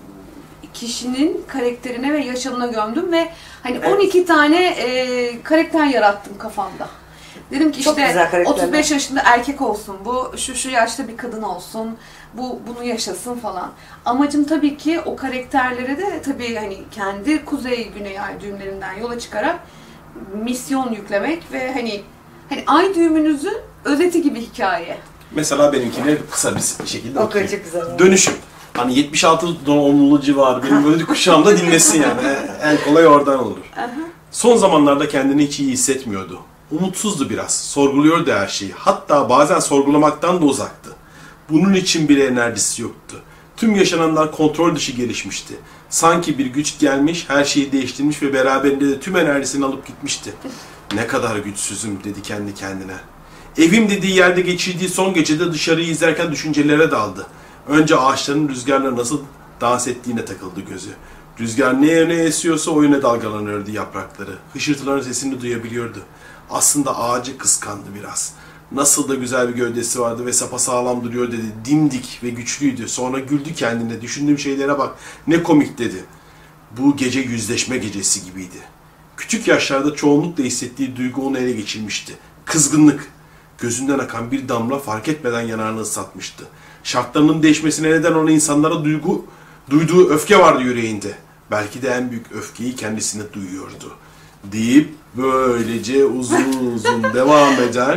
kişinin karakterine ve yaşamına gömdüm ve hani 12 tane karakter yarattım kafamda. Dedim ki işte 35 yaşında erkek olsun bu, şu yaşta bir kadın olsun, bunu yaşasın falan. Amacım tabii ki o karakterlere de tabii hani kendi kuzey güney ay düğümlerinden yola çıkarak misyon yüklemek ve hani ay düğümünüzün özeti gibi hikaye. Mesela benimkine kısa bir şekilde okuyayım. Güzel. Dönüşüm. Hani 76 doğumluluğu civarı benim böyle kuşağımda dinlesin yani. En kolay oradan olur. Son zamanlarda kendini hiç iyi hissetmiyordu. Umutsuzdu biraz. Sorguluyordu her şeyi. Hatta bazen sorgulamaktan da uzaktı. Bunun için bile enerjisi yoktu. Tüm yaşananlar kontrol dışı gelişmişti. Sanki bir güç gelmiş, her şeyi değiştirmiş ve beraberinde de tüm enerjisini alıp gitmişti. Ne kadar güçsüzüm dedi kendi kendine. Evim dediği yerde geçirdiği son gecede dışarıyı izlerken düşüncelere daldı. Önce ağaçların rüzgarla nasıl dans ettiğine takıldı gözü. Rüzgar ne yöne esiyorsa o yöne dalgalanıyordu yaprakları. Hışırtıların sesini duyabiliyordu. Aslında ağacı kıskandı biraz. Nasıl da güzel bir gövdesi vardı ve sapasağlam duruyor dedi. Dimdik ve güçlüydü. Sonra güldü kendine. Düşündüğüm şeylere bak. Ne komik dedi. Bu gece yüzleşme gecesi gibiydi. Küçük yaşlarda çoğunlukla hissettiği duygu onu ele geçirmişti. Kızgınlık. Gözünden akan bir damla fark etmeden yanağını ıslatmıştı. Şartlarının değişmesine neden olan insanlara duyduğu öfke vardı yüreğinde. Belki de en büyük öfkeyi kendisine duyuyordu. Deyip böylece uzun uzun devam eden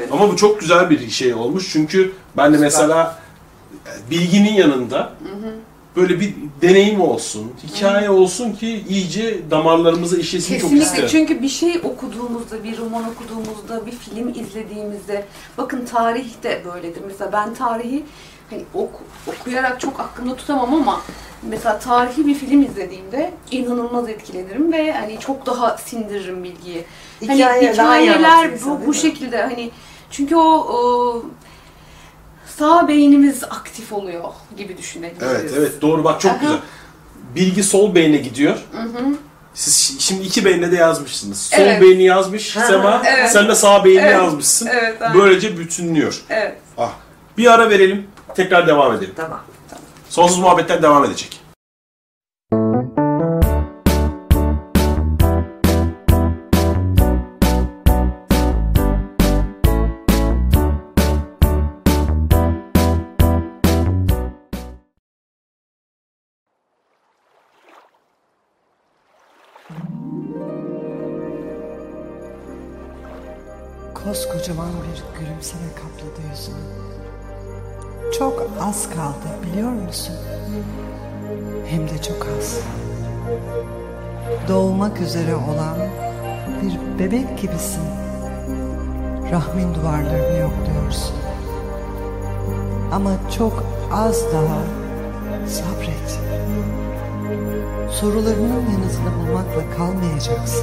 Ama bu çok güzel bir şey olmuş çünkü ben de mesela bilginin yanında böyle bir deneyim olsun, hikaye olsun ki iyice damarlarımıza işlesin, çok isterim. Kesinlikle, çünkü bir şey okuduğumuzda, bir roman okuduğumuzda, bir film izlediğimizde, bakın tarih de böyledir. Mesela ben tarihi hani okuyarak çok aklımda tutamam ama mesela tarihi bir film izlediğimde inanılmaz etkilenirim ve hani çok daha sindiririm bilgiyi. Hikayeler bu şekilde hani, çünkü o sağ beynimiz aktif oluyor gibi düşünebiliriz. Evet doğru, bak çok güzel. Bilgi sol beyne gidiyor. Siz şimdi iki beynine de yazmışsınız. Sol beyni yazmış Sema, sen de sağ beyni yazmışsın. Böylece bütünlüyor. Bir ara verelim, tekrar devam edelim. Tamam. Sonsuz muhabbetler devam edecek. Koskocaman bir gülümseme kapladı yüzünü. Çok az kaldı, biliyor musun? Hem de çok az. Doğmak üzere olan bir bebek gibisin. Rahmin duvarlarını yokluyorsun. Ama çok az daha sabret. Sorularının yanıtını bulmakla kalmayacaksın.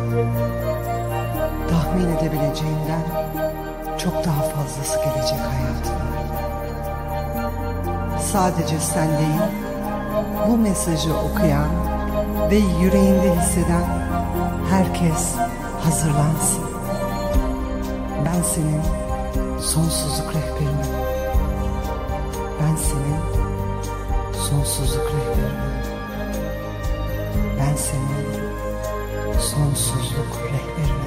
Tahmin edebileceğinden çok daha fazlası gelecek hayatına. Sadece sen değil, bu mesajı okuyan ve yüreğinde hisseden herkes hazırlansın. Ben senin sonsuzluk rehberinim. Ben senin sonsuzluk rehberinim. Ben senin sonsuzluk rehberinim.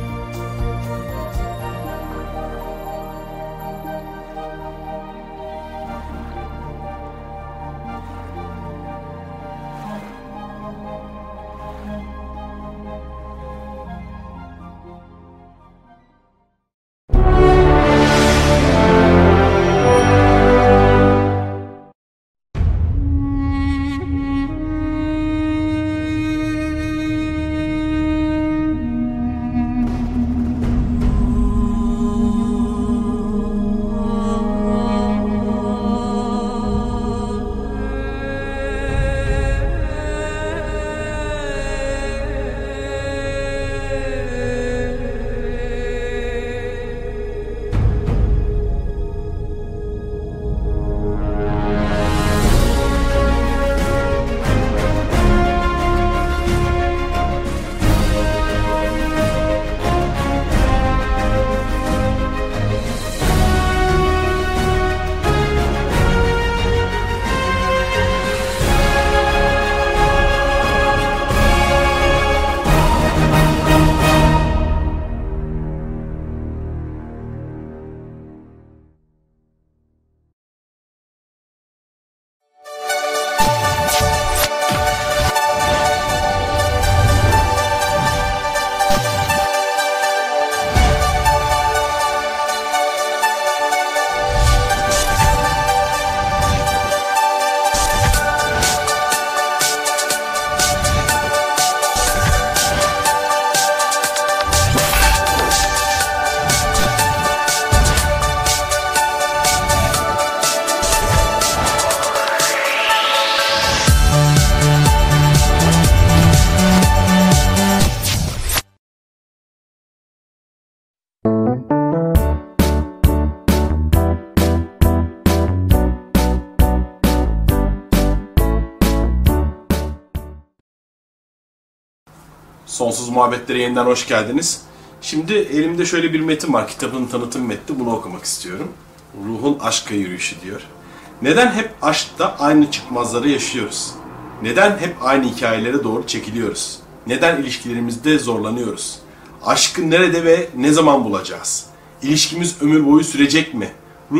Sonsuz Muhabbetlere yeniden hoş geldiniz. Şimdi elimde şöyle bir metin var, kitabın tanıtım metni, bunu okumak istiyorum. Ruhun aşka yürüyüşü diyor. Neden hep aşkta aynı çıkmazları yaşıyoruz? Neden hep aynı hikayelere doğru çekiliyoruz? Neden ilişkilerimizde zorlanıyoruz? Aşkı nerede ve ne zaman bulacağız? İlişkimiz ömür boyu sürecek mi?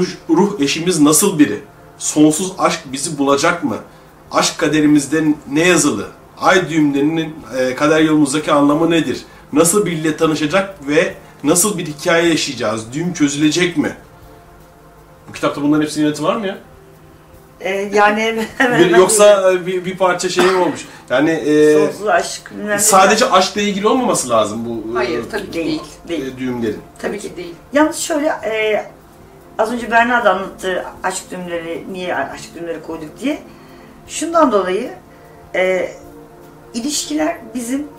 Ruh eşimiz nasıl biri? Sonsuz aşk bizi bulacak mı? Aşk kaderimizde ne yazılı? Ay düğümlerinin kader yolumuzdaki anlamı nedir? Nasıl biriyle tanışacak ve Nasıl bir hikaye yaşayacağız? Düğüm çözülecek mi? Bu kitapta bunların hepsinin yanıtı var mı ya? Yani yoksa bir parça şey mi olmuş? Yani sonsuz aşk. Sadece aşkla ilgili olmaması lazım bu. Hayır, tabii ki değil. Düğümlerin. Tabii ki değil. Yalnız şöyle, az önce Berna da anlattı aşk düğümleri, niye aşk düğümleri koyduk diye. Şundan dolayı ilişkiler bizim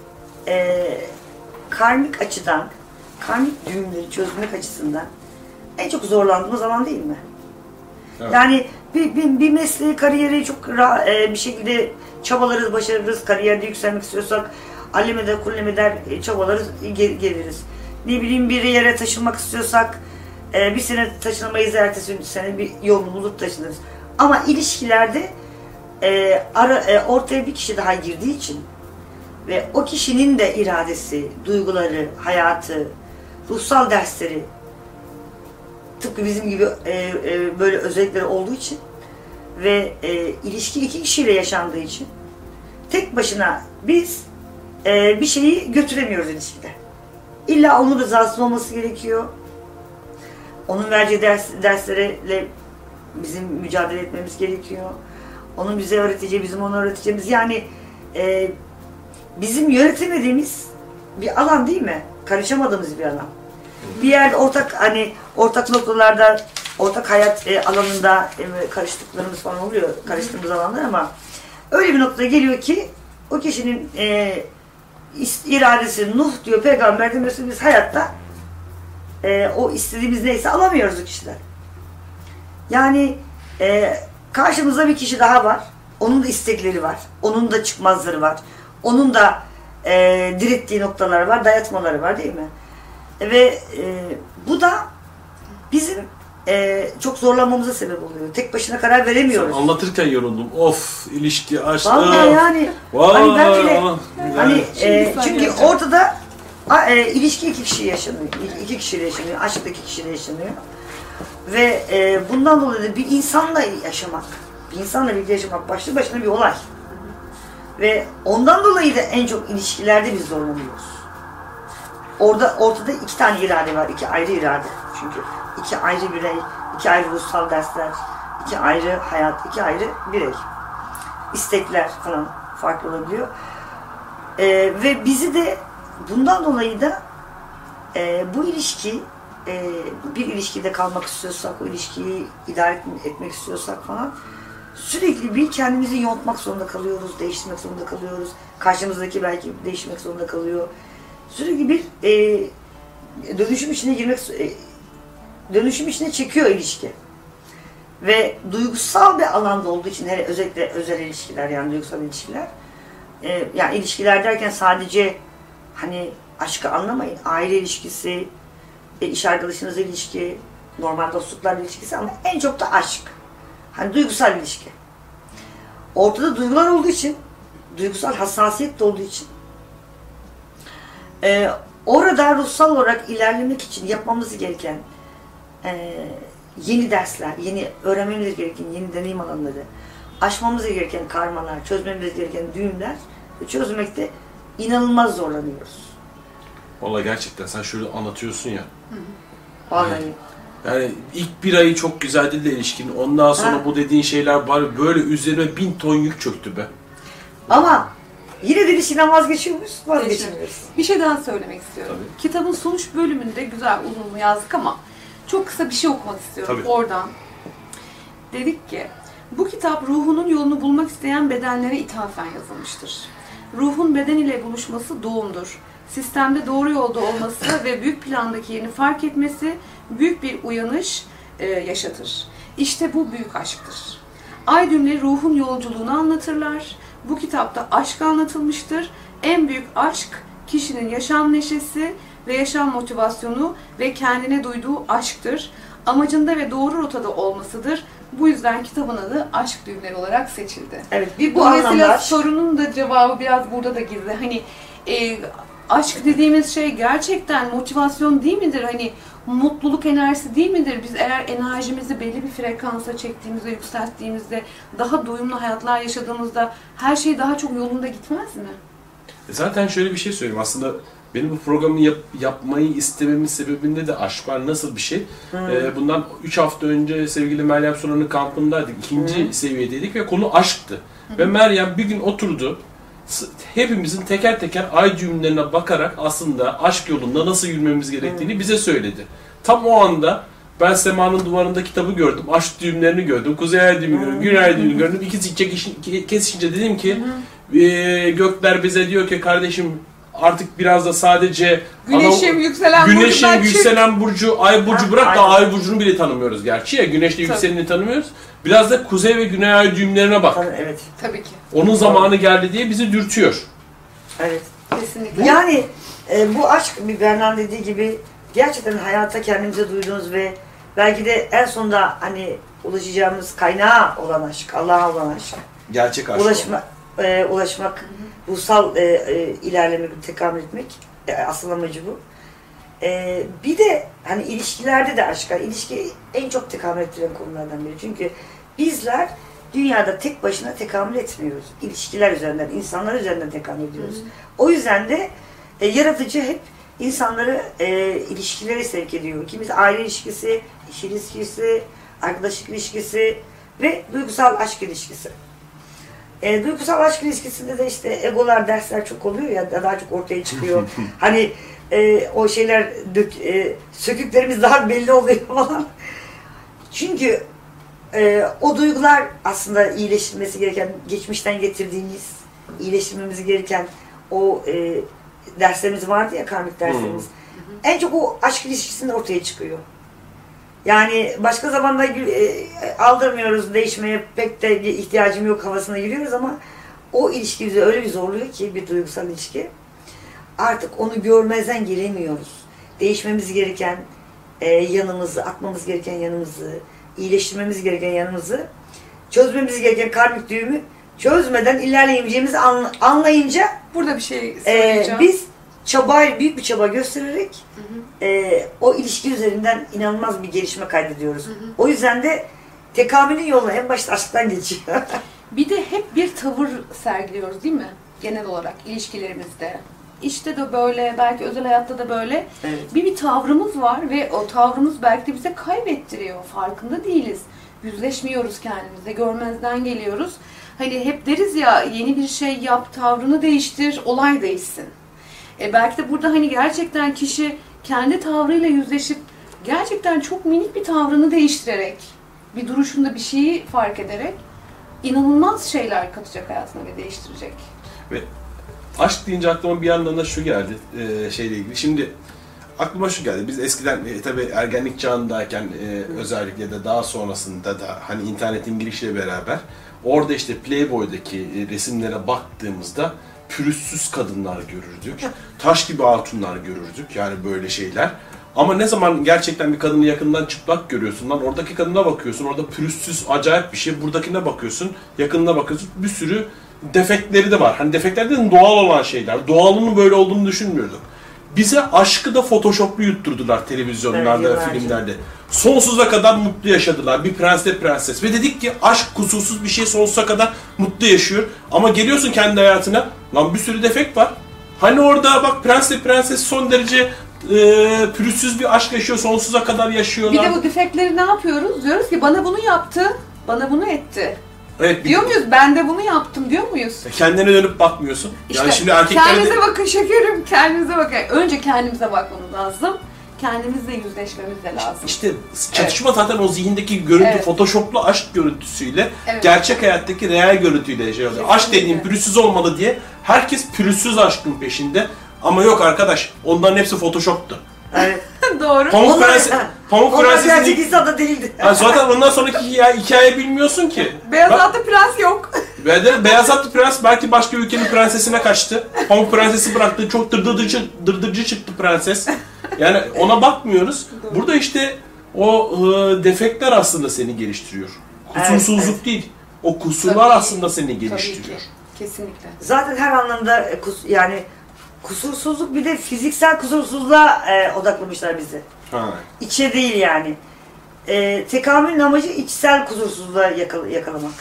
karmik açıdan, karmik düğümleri çözmek açısından en çok zorlandığımız alan değil mi? Evet. Yani bir mesleği, kariyeri çok bir şekilde çabalarız, başarırız, kariyerde yükselmek istiyorsak allemeder, kullemeder çabalarız, geliriz. Ne bileyim bir yere taşınmak istiyorsak bir sene taşınamayız, ertesi sene bir yolunu bulup taşınırız. Ama ilişkilerde ortaya bir kişi daha girdiği için ve o kişinin de iradesi, duyguları, hayatı, ruhsal dersleri tıpkı bizim gibi böyle özellikleri olduğu için ve ilişki iki kişiyle yaşandığı için tek başına biz bir şeyi götüremiyoruz ilişkide. İlla onun rızasının olması gerekiyor. Onun vereceği derslerle bizim mücadele etmemiz gerekiyor. Onun bize öğreteceği, bizim ona öğreteceğimiz, yani bizim yönetemediğimiz bir alan değil mi? Karışamadığımız bir alan. Bir yerde ortak noktalarda, ortak hayat alanında karıştıklarımız falan oluyor, karıştığımız alanlar, ama öyle bir noktaya geliyor ki o kişinin iradesi, Nuh diyor peygamber demiyorsa biz hayatta o istediğimiz neyse alamıyoruz o kişiden. Yani karşımızda bir kişi daha var, onun da istekleri var, onun da çıkmazları var, onun da direttiği noktalar var, dayatmaları var değil mi? Ve bu da bizim çok zorlanmamıza sebep oluyor. Tek başına karar veremiyoruz. Sen anlatırken yoruldum. Of, ilişki, aşk. Vallahi yani. Hani ben bile hani çünkü ortada ilişki iki kişi yaşanıyor. İki kişiyle yaşanıyor. Aşk da iki kişiyle yaşanıyor. Ve bundan dolayı da bir insanla yaşamak, bir insanla birlikte yaşamak başlı başına bir olay. Ve ondan dolayı da en çok ilişkilerde biz zorlanıyoruz. Ortada iki tane irade var, iki ayrı irade. Çünkü iki ayrı birey, iki ayrı ruhsal dersler, iki ayrı hayat, iki ayrı birey. İstekler falan farklı olabiliyor. Ve bizi de bundan dolayı da bu ilişki, bir ilişkide kalmak istiyorsak, o ilişkiyi idare etmek istiyorsak falan sürekli bir kendimizi yontmak zorunda kalıyoruz, değiştirmek zorunda kalıyoruz. Karşımızdaki belki değiştirmek zorunda kalıyor. Sürekli bir dönüşüm içine çekiyor ilişki. Ve duygusal bir alanda olduğu için, hele özellikle özel ilişkiler, yani duygusal ilişkiler, yani ilişkiler derken sadece hani aşkı anlamayın, aile ilişkisi, iş arkadaşınızla ilişki, normal dostluklarla ilişkisi, ama en çok da aşk. Hani duygusal ilişki. Ortada duygular olduğu için, duygusal hassasiyet de olduğu için orada ruhsal olarak ilerlemek için yapmamız gereken yeni dersler, yeni öğrenmemiz gereken yeni deneyim alanları, aşmamız gereken karmalar, çözmemiz gereken düğümler çözmekte inanılmaz zorlanıyoruz. Vallahi gerçekten sen şöyle anlatıyorsun ya. Vallahi. Yani ilk bir ayı çok güzeldi de ilişkinin. Ondan sonra bu dediğin şeyler bari böyle üzerime 1000 ton yük çöktü be. Ama yine de ilişkiden vazgeçiyor muyuz? Vazgeçmiyoruz. Bir şey daha söylemek istiyorum. Tabii. Kitabın sonuç bölümünde güzel uzun yazdık ama çok kısa bir şey okumak istiyorum. Tabii. Oradan. Dedik ki, bu kitap ruhunun yolunu bulmak isteyen bedenlere ithafen yazılmıştır. Ruhun beden ile buluşması doğumdur. Sistemde doğru yolda olması ve büyük plandaki yerini fark etmesi büyük bir uyanış yaşatır. İşte bu büyük aşktır. Ay düğümleri ruhun yolculuğunu anlatırlar. Bu kitapta aşk anlatılmıştır. En büyük aşk kişinin yaşam neşesi ve yaşam motivasyonu ve kendine duyduğu aşktır. Amacında ve doğru rotada olmasıdır. Bu yüzden kitabın adı Aşk Düğümleri olarak seçildi. Evet, bir bu dolayısıyla anlamda sorunun da cevabı biraz burada da gizli. Hani aşk dediğimiz şey gerçekten motivasyon değil midir? Hani mutluluk enerjisi değil midir? Biz eğer enerjimizi belli bir frekansa çektiğimizde, yükselttiğimizde, daha doyumlu hayatlar yaşadığımızda her şey daha çok yolunda gitmez mi? Zaten şöyle bir şey söyleyeyim. Aslında Benim bu programı yapmayı istememin sebebinde de aşk var. Nasıl bir şey? Bundan 3 hafta önce sevgili Meryem Sunan'ın kampındaydık. 2. seviyedeydik ve konu aşktı. Ve Meryem bir gün oturdu. Hepimizin teker teker ay düğümlerine bakarak aslında aşk yolunda nasıl yürümemiz gerektiğini bize söyledi. Tam o anda ben Sema'nın duvarında kitabı gördüm. Aşk düğümlerini gördüm. Kuzey ay düğümünü gördüm. Güney ay düğümünü gördüm. İkisi kesişince dedim ki gökler bize diyor ki kardeşim artık biraz da sadece Güneşim yükselen burcu, ay burcu bırak da ay burcunu bile tanımıyoruz gerçi ya. Güneşle yükseleni tanımıyoruz. Biraz da kuzey ve güney ay düğümlerine bak. Evet. Tabii ki. Onun zamanı geldi diye bizi dürtüyor. Evet. Kesinlikle. Yani bu aşk bir Bernan dediği gibi gerçekten hayata kendimize duyduğunuz ve belki de en sonunda hani ulaşacağımız kaynağı olan aşk, Allah'a olan aşk. Gerçek aşk. Ulaşmak, ruhsal ilerlemek, tekamül etmek asıl amacı bu. Bir de hani ilişkilerde de aşk, ilişki en çok tekamül ettiren konulardan biri. Çünkü bizler dünyada tek başına tekamül etmiyoruz. İlişkiler üzerinden, insanlar üzerinden tekamül ediyoruz. O yüzden de yaratıcı hep insanları ilişkilere sevk ediyor. Kimisi aile ilişkisi, iş ilişkisi, arkadaşlık ilişkisi ve duygusal aşk ilişkisi. Duygusal aşk ilişkisinde de işte egolar, dersler çok oluyor ya, daha çok ortaya çıkıyor. Hani o şeyler, söküklerimiz daha belli oluyor falan. Çünkü o duygular aslında iyileştirilmesi gereken, geçmişten getirdiğimiz, iyileştirmemiz gereken o derslerimiz vardı ya, karmik derslerimiz. En çok o aşk ilişkisinde ortaya çıkıyor. Yani başka zamanda aldırmıyoruz, değişmeye pek de ihtiyacım yok havasına giriyoruz ama o ilişki bizi öyle bir zorluyor ki, bir duygusal ilişki. Artık onu görmezden gelemiyoruz. Değişmemiz gereken yanımızı, atmamız gereken yanımızı, iyileştirmemiz gereken yanımızı, çözmemiz gereken karmik düğümü çözmeden ilerleyemeyeceğimizi anlayınca burada bir şey söyleyeceğim. Biz büyük bir çaba göstererek o ilişki üzerinden inanılmaz bir gelişme kaydediyoruz. O yüzden de tekamülün yolu en başta aşktan geçiyor. Bir de hep bir tavır sergiliyoruz değil mi? Genel olarak ilişkilerimizde. İşte de böyle, belki özel hayatta da böyle. Evet. Bir tavrımız var ve o tavrımız belki de bize kaybettiriyor. Farkında değiliz. Yüzleşmiyoruz kendimizle, görmezden geliyoruz. Hani hep deriz ya, yeni bir şey yap, tavrını değiştir, olay değişsin. Belki de burada hani gerçekten kişi kendi tavrıyla yüzleşip gerçekten çok minik bir tavrını değiştirerek, bir duruşunda bir şeyi fark ederek inanılmaz şeyler katacak hayatına ve değiştirecek. Ve aşk deyince aklıma bir yandan da şu geldi şeyle ilgili. Şimdi aklıma şu geldi. Biz eskiden tabii ergenlik çağındayken özellikle de daha sonrasında da hani internetin girişiyle beraber orada işte Playboy'daki resimlere baktığımızda pürüzsüz kadınlar görürdük. Taş gibi hatunlar görürdük. Yani böyle şeyler. Ama ne zaman gerçekten bir kadını yakından çıplak görüyorsun lan, oradaki kadına bakıyorsun, orada pürüzsüz acayip bir şey. Buradakine bakıyorsun, yakınına bakıyorsun, bir sürü defektleri de var. Hani defektler de doğal olan şeyler. Doğalının böyle olduğunu düşünmüyorduk. Bize aşkı da photoshoplu yutturdular televizyonlarda, evet, filmlerde. Sonsuza kadar mutlu yaşadılar. Bir prensle prenses. Ve dedik ki aşk kusursuz bir şey, sonsuza kadar mutlu yaşıyor. Ama geliyorsun kendi hayatına, lan bir sürü defekt var. Hani orada bak prensle prenses son derece pürüzsüz bir aşk yaşıyor, sonsuza kadar yaşıyorlar. Bir de bu defektleri ne yapıyoruz? Diyoruz ki bana bunu yaptı, bana bunu etti. Evet, diyor muyuz? Ben de bunu yaptım diyor muyuz? Kendine dönüp bakmıyorsun. İşte yani şimdi erkeklerde... Kendinize bakın şekerim, kendinize bakın. Önce kendimize bakmamız lazım. Kendimizle yüzleşmemiz de lazım. İşte çatışma zaten o zihindeki görüntü, photoshoplu aşk görüntüsüyle gerçek hayattaki real görüntüyle şey oluyor. Aşk dediğim pürüzsüz olmalı diye herkes pürüzsüz aşkın peşinde. Ama yok arkadaş, onların hepsi photoshoptu. Evet. Doğru. Pamuk Prenses'in gerçek insan da değildi. Yani zaten ondan sonraki hikaye bilmiyorsun ki. Beyaz atlı prens yok. Beyaz atlı prens belki başka ülkenin prensesine kaçtı. Pamuk Prenses'i bıraktı. Çok dırdırcı çıktı prenses. Yani ona bakmıyoruz. Burada işte o defektler aslında seni geliştiriyor. Kusursuzluk değil. O kusurlar aslında seni geliştiriyor. Tabii ki. Kesinlikle. Zaten her anlamda yani kusursuzluk, bir de fiziksel kusursuzluğa odaklamışlar bizi. Ha. İçe değil yani. Tekamülün amacı içsel kusursuzluğa yakalamak.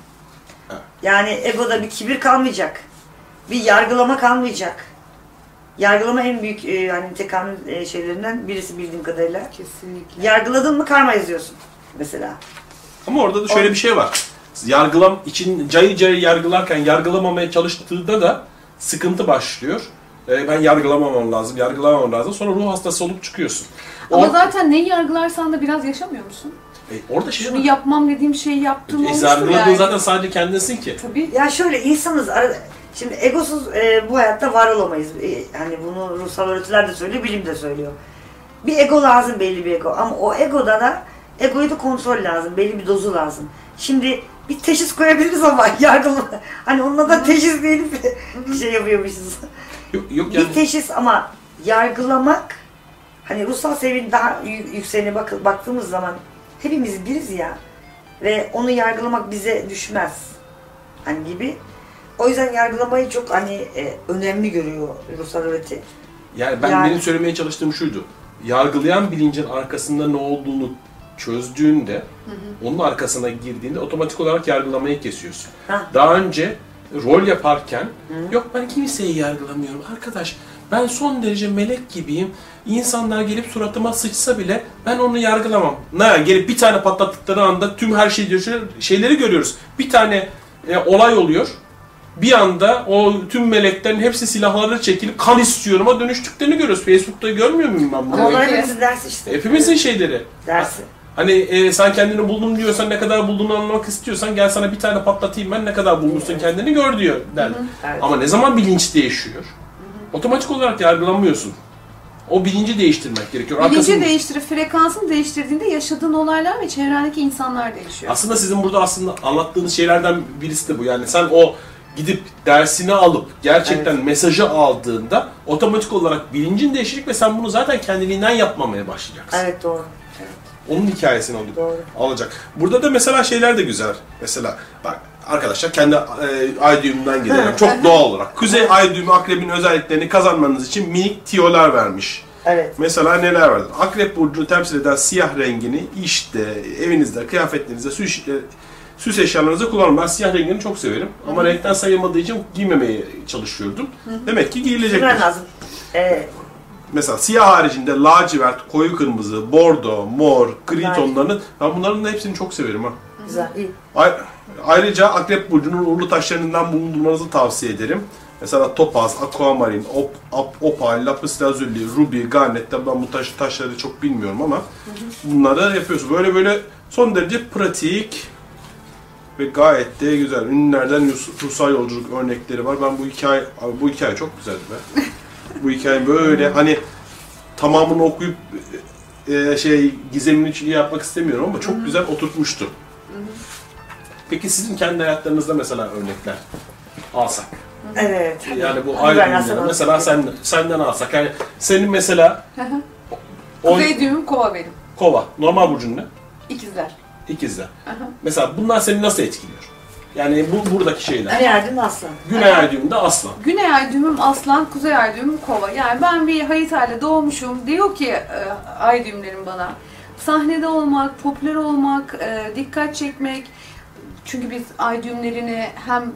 Yani egoda bir kibir kalmayacak. Bir yargılama kalmayacak. Yargılama en büyük hani tekamül şeylerinden birisi bildiğim kadarıyla. Kesinlikle. Yargıladın mı karma yazıyorsun mesela. Ama orada da şöyle bir şey var. Cayır cayır yargılarken yargılamamaya çalıştığında da sıkıntı başlıyor. Ben yargılamamam lazım. Sonra ruh hastası olup çıkıyorsun. Ama zaten neyi yargılarsan da biraz yaşamıyor musun? Orada şey Şunu yapmam dediğim şeyi yaptığım olmuştur yargıladığın yani. zaten sadece kendinsin ki. Tabii. Ya şöyle insanız şimdi egosuz bu hayatta var olamayız. Hani bunu ruhsal öğretiler de söylüyor, bilim de söylüyor. Bir ego lazım, belli bir ego. Ama o egoyu da kontrol lazım, belli bir dozu lazım. Şimdi bir teşhis koyabiliriz ama yargılama. Hani onunla da teşhis diyelim şey yapıyormuşuz. Yok yani. Bir teşhis ama yargılamak, hani ruhsal seviyenin daha yükseğine baktığımız zaman hepimiz biriz ya. Ve onu yargılamak bize düşmez. Hani gibi. O yüzden yargılamayı çok hani önemli görüyor ruhsal öğreti. Yani benim söylemeye çalıştığım şuydu. Yargılayan bilincin arkasında ne olduğunu çözdüğünde, onun arkasına girdiğinde otomatik olarak yargılamayı kesiyorsun. Daha önce rol yaparken, yok ben kimseyi yargılamıyorum arkadaş, ben son derece melek gibiyim, insanlar gelip suratıma sıçsa bile ben onu yargılamam. Gelip bir tane patlattıkları anda tüm her şeyleri görüyoruz. Bir tane olay oluyor. Bir anda o tüm meleklerin hepsi silahları çekilip kan istiyorum'a dönüştüklerini görüyoruz. Facebook'ta görmüyor muyum ben bunu? Ama onlar hepimizin dersi işte. Hepimizin şeyleri. Dersi. Hani sen kendini buldun diyorsan, ne kadar bulduğunu anlamak istiyorsan gel sana bir tane patlatayım ben, ne kadar bulmuşsun kendini gör diyor der. Evet. Ama ne zaman bilinç değişiyor? Otomatik olarak yargılanmıyorsun. O bilinci değiştirmek gerekiyor. Bilinci değiştirip frekansını değiştirdiğinde yaşadığın olaylar ve çevrendeki insanlar değişiyor. Aslında sizin burada anlattığınız şeylerden birisi de bu. Yani sen o gidip dersini alıp gerçekten mesajı aldığında otomatik olarak bilincin değişecek ve sen bunu zaten kendiliğinden yapmamaya başlayacaksın. Evet, doğru. Onun hikayesini alacak. Burada da mesela şeyler de güzel. Mesela bak arkadaşlar, kendi ay düğümünden gidelim. Çok doğal olarak. Kuzey ay düğümü akrebin özelliklerini kazanmanız için minik tiyolar vermiş. Evet. Mesela neler vardır? Akrep burcunu temsil eden siyah rengini işte evinizde, kıyafetlerinizde, süs eşyalarınızda kullanın. Ben siyah rengini çok severim. Ama renkten sayılmadığı için giymemeye çalışıyordum. Demek ki giyilecektir. lazım. Mesela siyah haricinde lacivert, koyu kırmızı, bordo, mor, gri tonlarını, ben bunların da hepsini çok severim ha. Güzel, iyi. Ayrıca Akrep burcunun uğurlu taşlarından bulundurmanızı tavsiye ederim. Mesela topaz, aquamarin, opal, lapis lazuli, ruby, garnet. Ben bu taşları çok bilmiyorum ama bunları yapıyorsun. Böyle son derece pratik ve gayet de güzel. Ünlülerden ruhsal yolculuk örnekleri var. Ben bu hikaye çok güzeldi be. Bu hikaye böyle hani tamamını okuyup gizemini yapmak istemiyorum ama çok güzel oturtmuştu. Peki sizin kendi hayatlarınızda mesela örnekler alsak? Evet. Yani bu aydınlığı mesela senden alsak. Yani senin mesela Kuzey düğümüm Kova benim. Kova. Normal burcun ne? İkizler. İkizler. Mesela bunlar seni nasıl etkiliyor? Yani buradaki şeyler. Güney ay düğümü aslan. Güney ay düğümünde aslan. Güney ay düğümüm aslan, kuzey ay düğümüm kova. Yani ben bir haritayla doğmuşum. Diyor ki ay düğümlerim bana. Sahnede olmak, popüler olmak, dikkat çekmek. Çünkü biz ay düğümlerini hem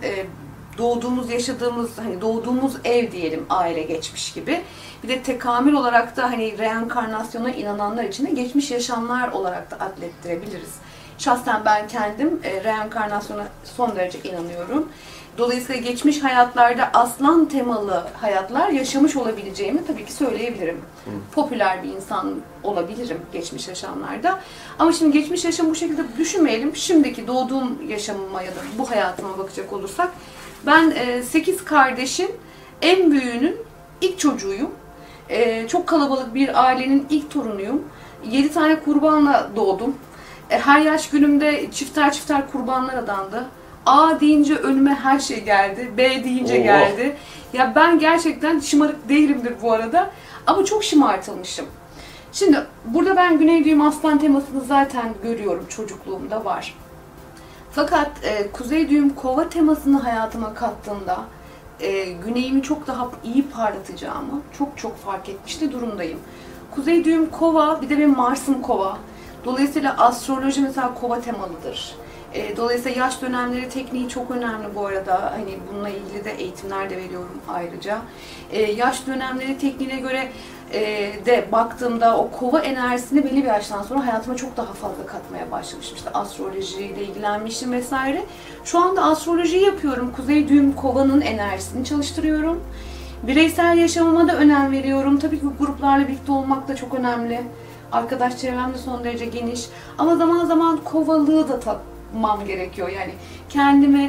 doğduğumuz ev diyelim, aile geçmiş gibi. Bir de tekamül olarak da hani reenkarnasyona inananlar için de geçmiş yaşamlar olarak da adlettirebiliriz. Şahsen ben kendim reenkarnasyona son derece inanıyorum. Dolayısıyla geçmiş hayatlarda aslan temalı hayatlar yaşamış olabileceğimi tabii ki söyleyebilirim. Popüler bir insan olabilirim geçmiş yaşamlarda. Ama şimdi geçmiş yaşamı bu şekilde düşünmeyelim. Şimdiki doğduğum yaşamıma ya da bu hayatıma bakacak olursak, ben 8 kardeşin en büyüğünün ilk çocuğuyum. Çok kalabalık bir ailenin ilk torunuyum. 7 tane kurbanla doğdum. Her yaş günümde çifter kurbanlar adandı. A deyince önüme her şey geldi. B deyince geldi. Ya ben gerçekten şımarık değilimdir bu arada. Ama çok şımartılmışım. Şimdi burada ben Güney düğüm aslan temasını zaten görüyorum. Çocukluğumda var. Fakat Kuzey düğüm kova temasını hayatıma kattığımda güneyimi çok daha iyi parlatacağımı çok fark etmiş de durumdayım. Kuzey düğüm kova, bir de benim Mars'ım kova. Dolayısıyla astroloji mesela kova temalıdır. Dolayısıyla yaş dönemleri tekniği çok önemli bu arada. Hani bununla ilgili de eğitimler de veriyorum ayrıca. Yaş dönemleri tekniğine göre de baktığımda o kova enerjisini belli bir yaştan sonra hayatıma çok daha fazla katmaya başlamışım. İşte astrolojiyle ilgilenmişim vesaire. Şu anda astroloji yapıyorum. Kuzey düğüm kovanın enerjisini çalıştırıyorum. Bireysel yaşamıma da önem veriyorum. Tabii ki gruplarla birlikte olmak da çok önemli. Arkadaş çevrem de son derece geniş. Ama zaman zaman kovalığı da tatmam gerekiyor. Yani kendimi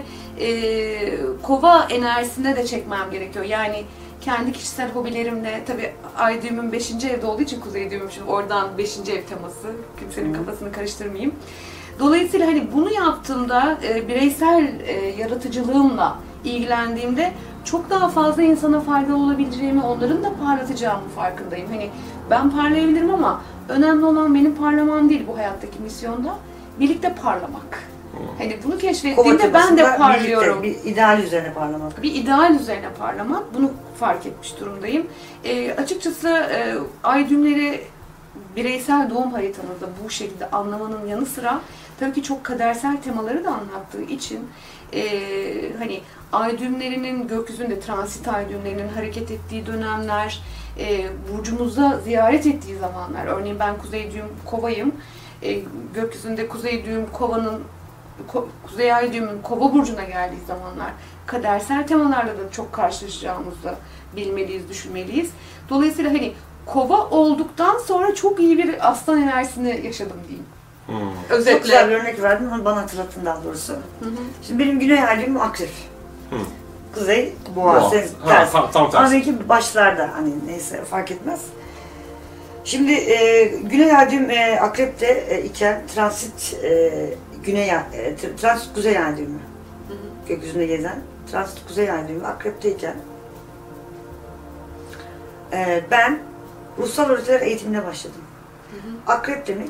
kova enerjisine de çekmem gerekiyor. Yani kendi kişisel hobilerimle, tabii ay düğümüm 5. evde olduğu için kuzey düğümüm, şimdi oradan 5. ev teması, kimsenin kafasını karıştırmayayım. Dolayısıyla hani bunu yaptığımda, bireysel yaratıcılığımla ilgilendiğimde çok daha fazla insana faydalı olabileceğimi, onların da parlatacağımı farkındayım. Hani ben parlayabilirim ama önemli olan benim parlamam değil bu hayattaki misyonda, birlikte parlamak. Hani bunu keşfettiğimde ben de parlıyorum. Bir ideal üzerine parlamak. Bir ideal üzerine parlamak. Bunu fark etmiş durumdayım. Açıkçası ay düğümleri bireysel doğum haritanızda bu şekilde anlamanın yanı sıra tabii ki çok kadersel temaları da anlattığı için hani ay düğümlerinin gökyüzünde, transit ay düğümlerinin hareket ettiği dönemler, burcumuzda ziyaret ettiği zamanlar. Örneğin ben kuzey düğüm kovayım. Gökyüzünde kuzey düğüm kovanın, kuzey ay düğümün kova burcuna geldiği zamanlar kadersel temalarla da çok karşılaşacağımızı bilmeliyiz, düşünmeliyiz. Dolayısıyla hani kova olduktan sonra çok iyi bir aslan enerjisini yaşadım diyeyim. Özetle. Çok güzel bir örnek verdin, onu bana hatırlattın daha doğrusu. Şimdi benim güney ay düğümüm akrep. Kuzey boğa, ters. Tam tersi. Belki başlarda, hani neyse fark etmez. Şimdi güney ay düğüm akrepte iken transit transit kuzey ay düğümü. Gökyüzünde gezen transit kuzey ay düğümü akrepteyken ben ruhsal öğretiler eğitimine başladım. Akrep demek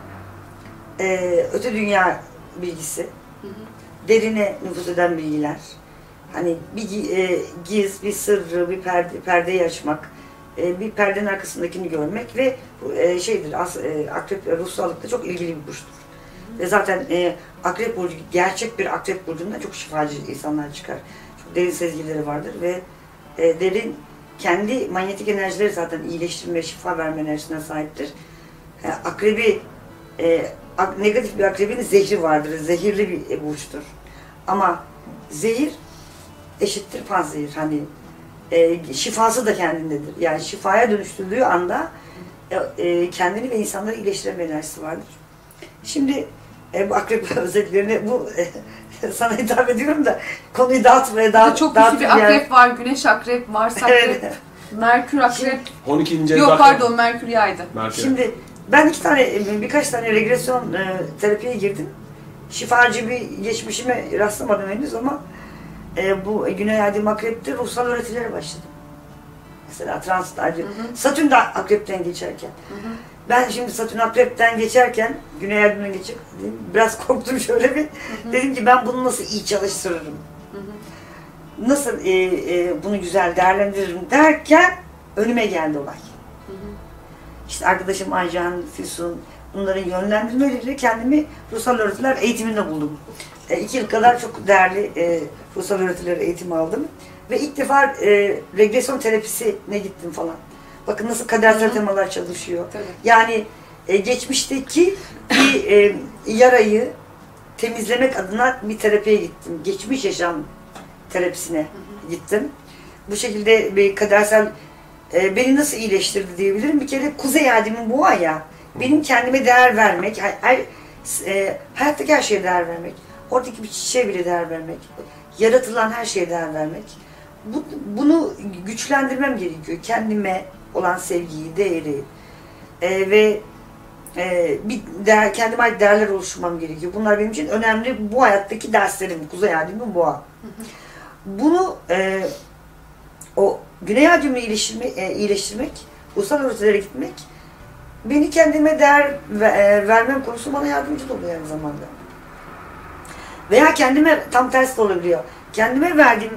öte dünya bilgisi, derine nüfuz eden bilgiler, hani bir giz, bir sırrı, bir perdeyi açmak, bir perdenin arkasındakini görmek ve akrep ruhsallıkla çok ilgili bir burçtur. Ve zaten akrep burcu, gerçek bir akrep burcunda çok şifacı insanlar çıkar. Çok derin sezgileri vardır ve derin kendi manyetik enerjileri zaten iyileştirme, şifa verme enerjisine sahiptir. Akrebi, negatif bir akrebin zehri vardır, zehirli bir burçtur. Ama zehir eşittir panzehir. Hani şifası da kendindedir. Yani şifaya dönüştürdüğü anda kendini ve insanları iyileştirme enerjisi vardır. Şimdi bu akrep özelliklerini sana hitap ediyorum da konuyu dağıtmaya çok güçlü bir akrep var, güneş akrep, Mars akrep, evet. Merkür akrep. 12. Yok pardon, Merkür yaydı. Şimdi ben birkaç tane regresyon terapiye girdim. Şifacı bir geçmişime rastlamadım henüz ama bu güney ay düğüm akrepte ruhsal öğretilere başladım. Mesela transit ay düğüm. Satürn de akrepten geçerken. Ben şimdi Satürn akrepten geçerken, güney ay düğümden geçerken biraz korktum şöyle bir. Dedim ki ben bunu nasıl iyi çalıştırırım? Nasıl bunu güzel değerlendiririm derken önüme geldi olay. İşte arkadaşım Aycan, Füsun, bunların yönlendirmeleriyle kendimi ruhsal öğretiler eğitiminde buldum. 2 yıl kadar çok değerli ruhsal öğretiler eğitimi aldım. Ve ilk defa regresyon terapisine gittim falan. Bakın nasıl kadersel temalar çalışıyor. Tabii. Yani geçmişteki bir yarayı temizlemek adına bir terapiye gittim. Geçmiş yaşam terapisine gittim. Bu şekilde bir kadersel beni nasıl iyileştirdi diyebilirim. Bir kere kuzey ay düğümüm boğa ya. Benim kendime değer vermek, hayattaki her şeye değer vermek, oradaki bir çiçeğe bile değer vermek, yaratılan her şeye değer vermek. Bunu güçlendirmem gerekiyor. Kendime olan sevgiyi, değeri ve kendime ait değerler oluşturmam gerekiyor. Bunlar benim için önemli bu hayattaki derslerim. Kuzey ay düğümüm boğa. Bunu o güney ay düğümünü iyileştirmek, ruhsal öğretilere gitmek, beni kendime değer vermem konusu bana yardımcı da oluyor aynı zamanda. Veya kendime tam tersi de olabiliyor. Kendime verdiğim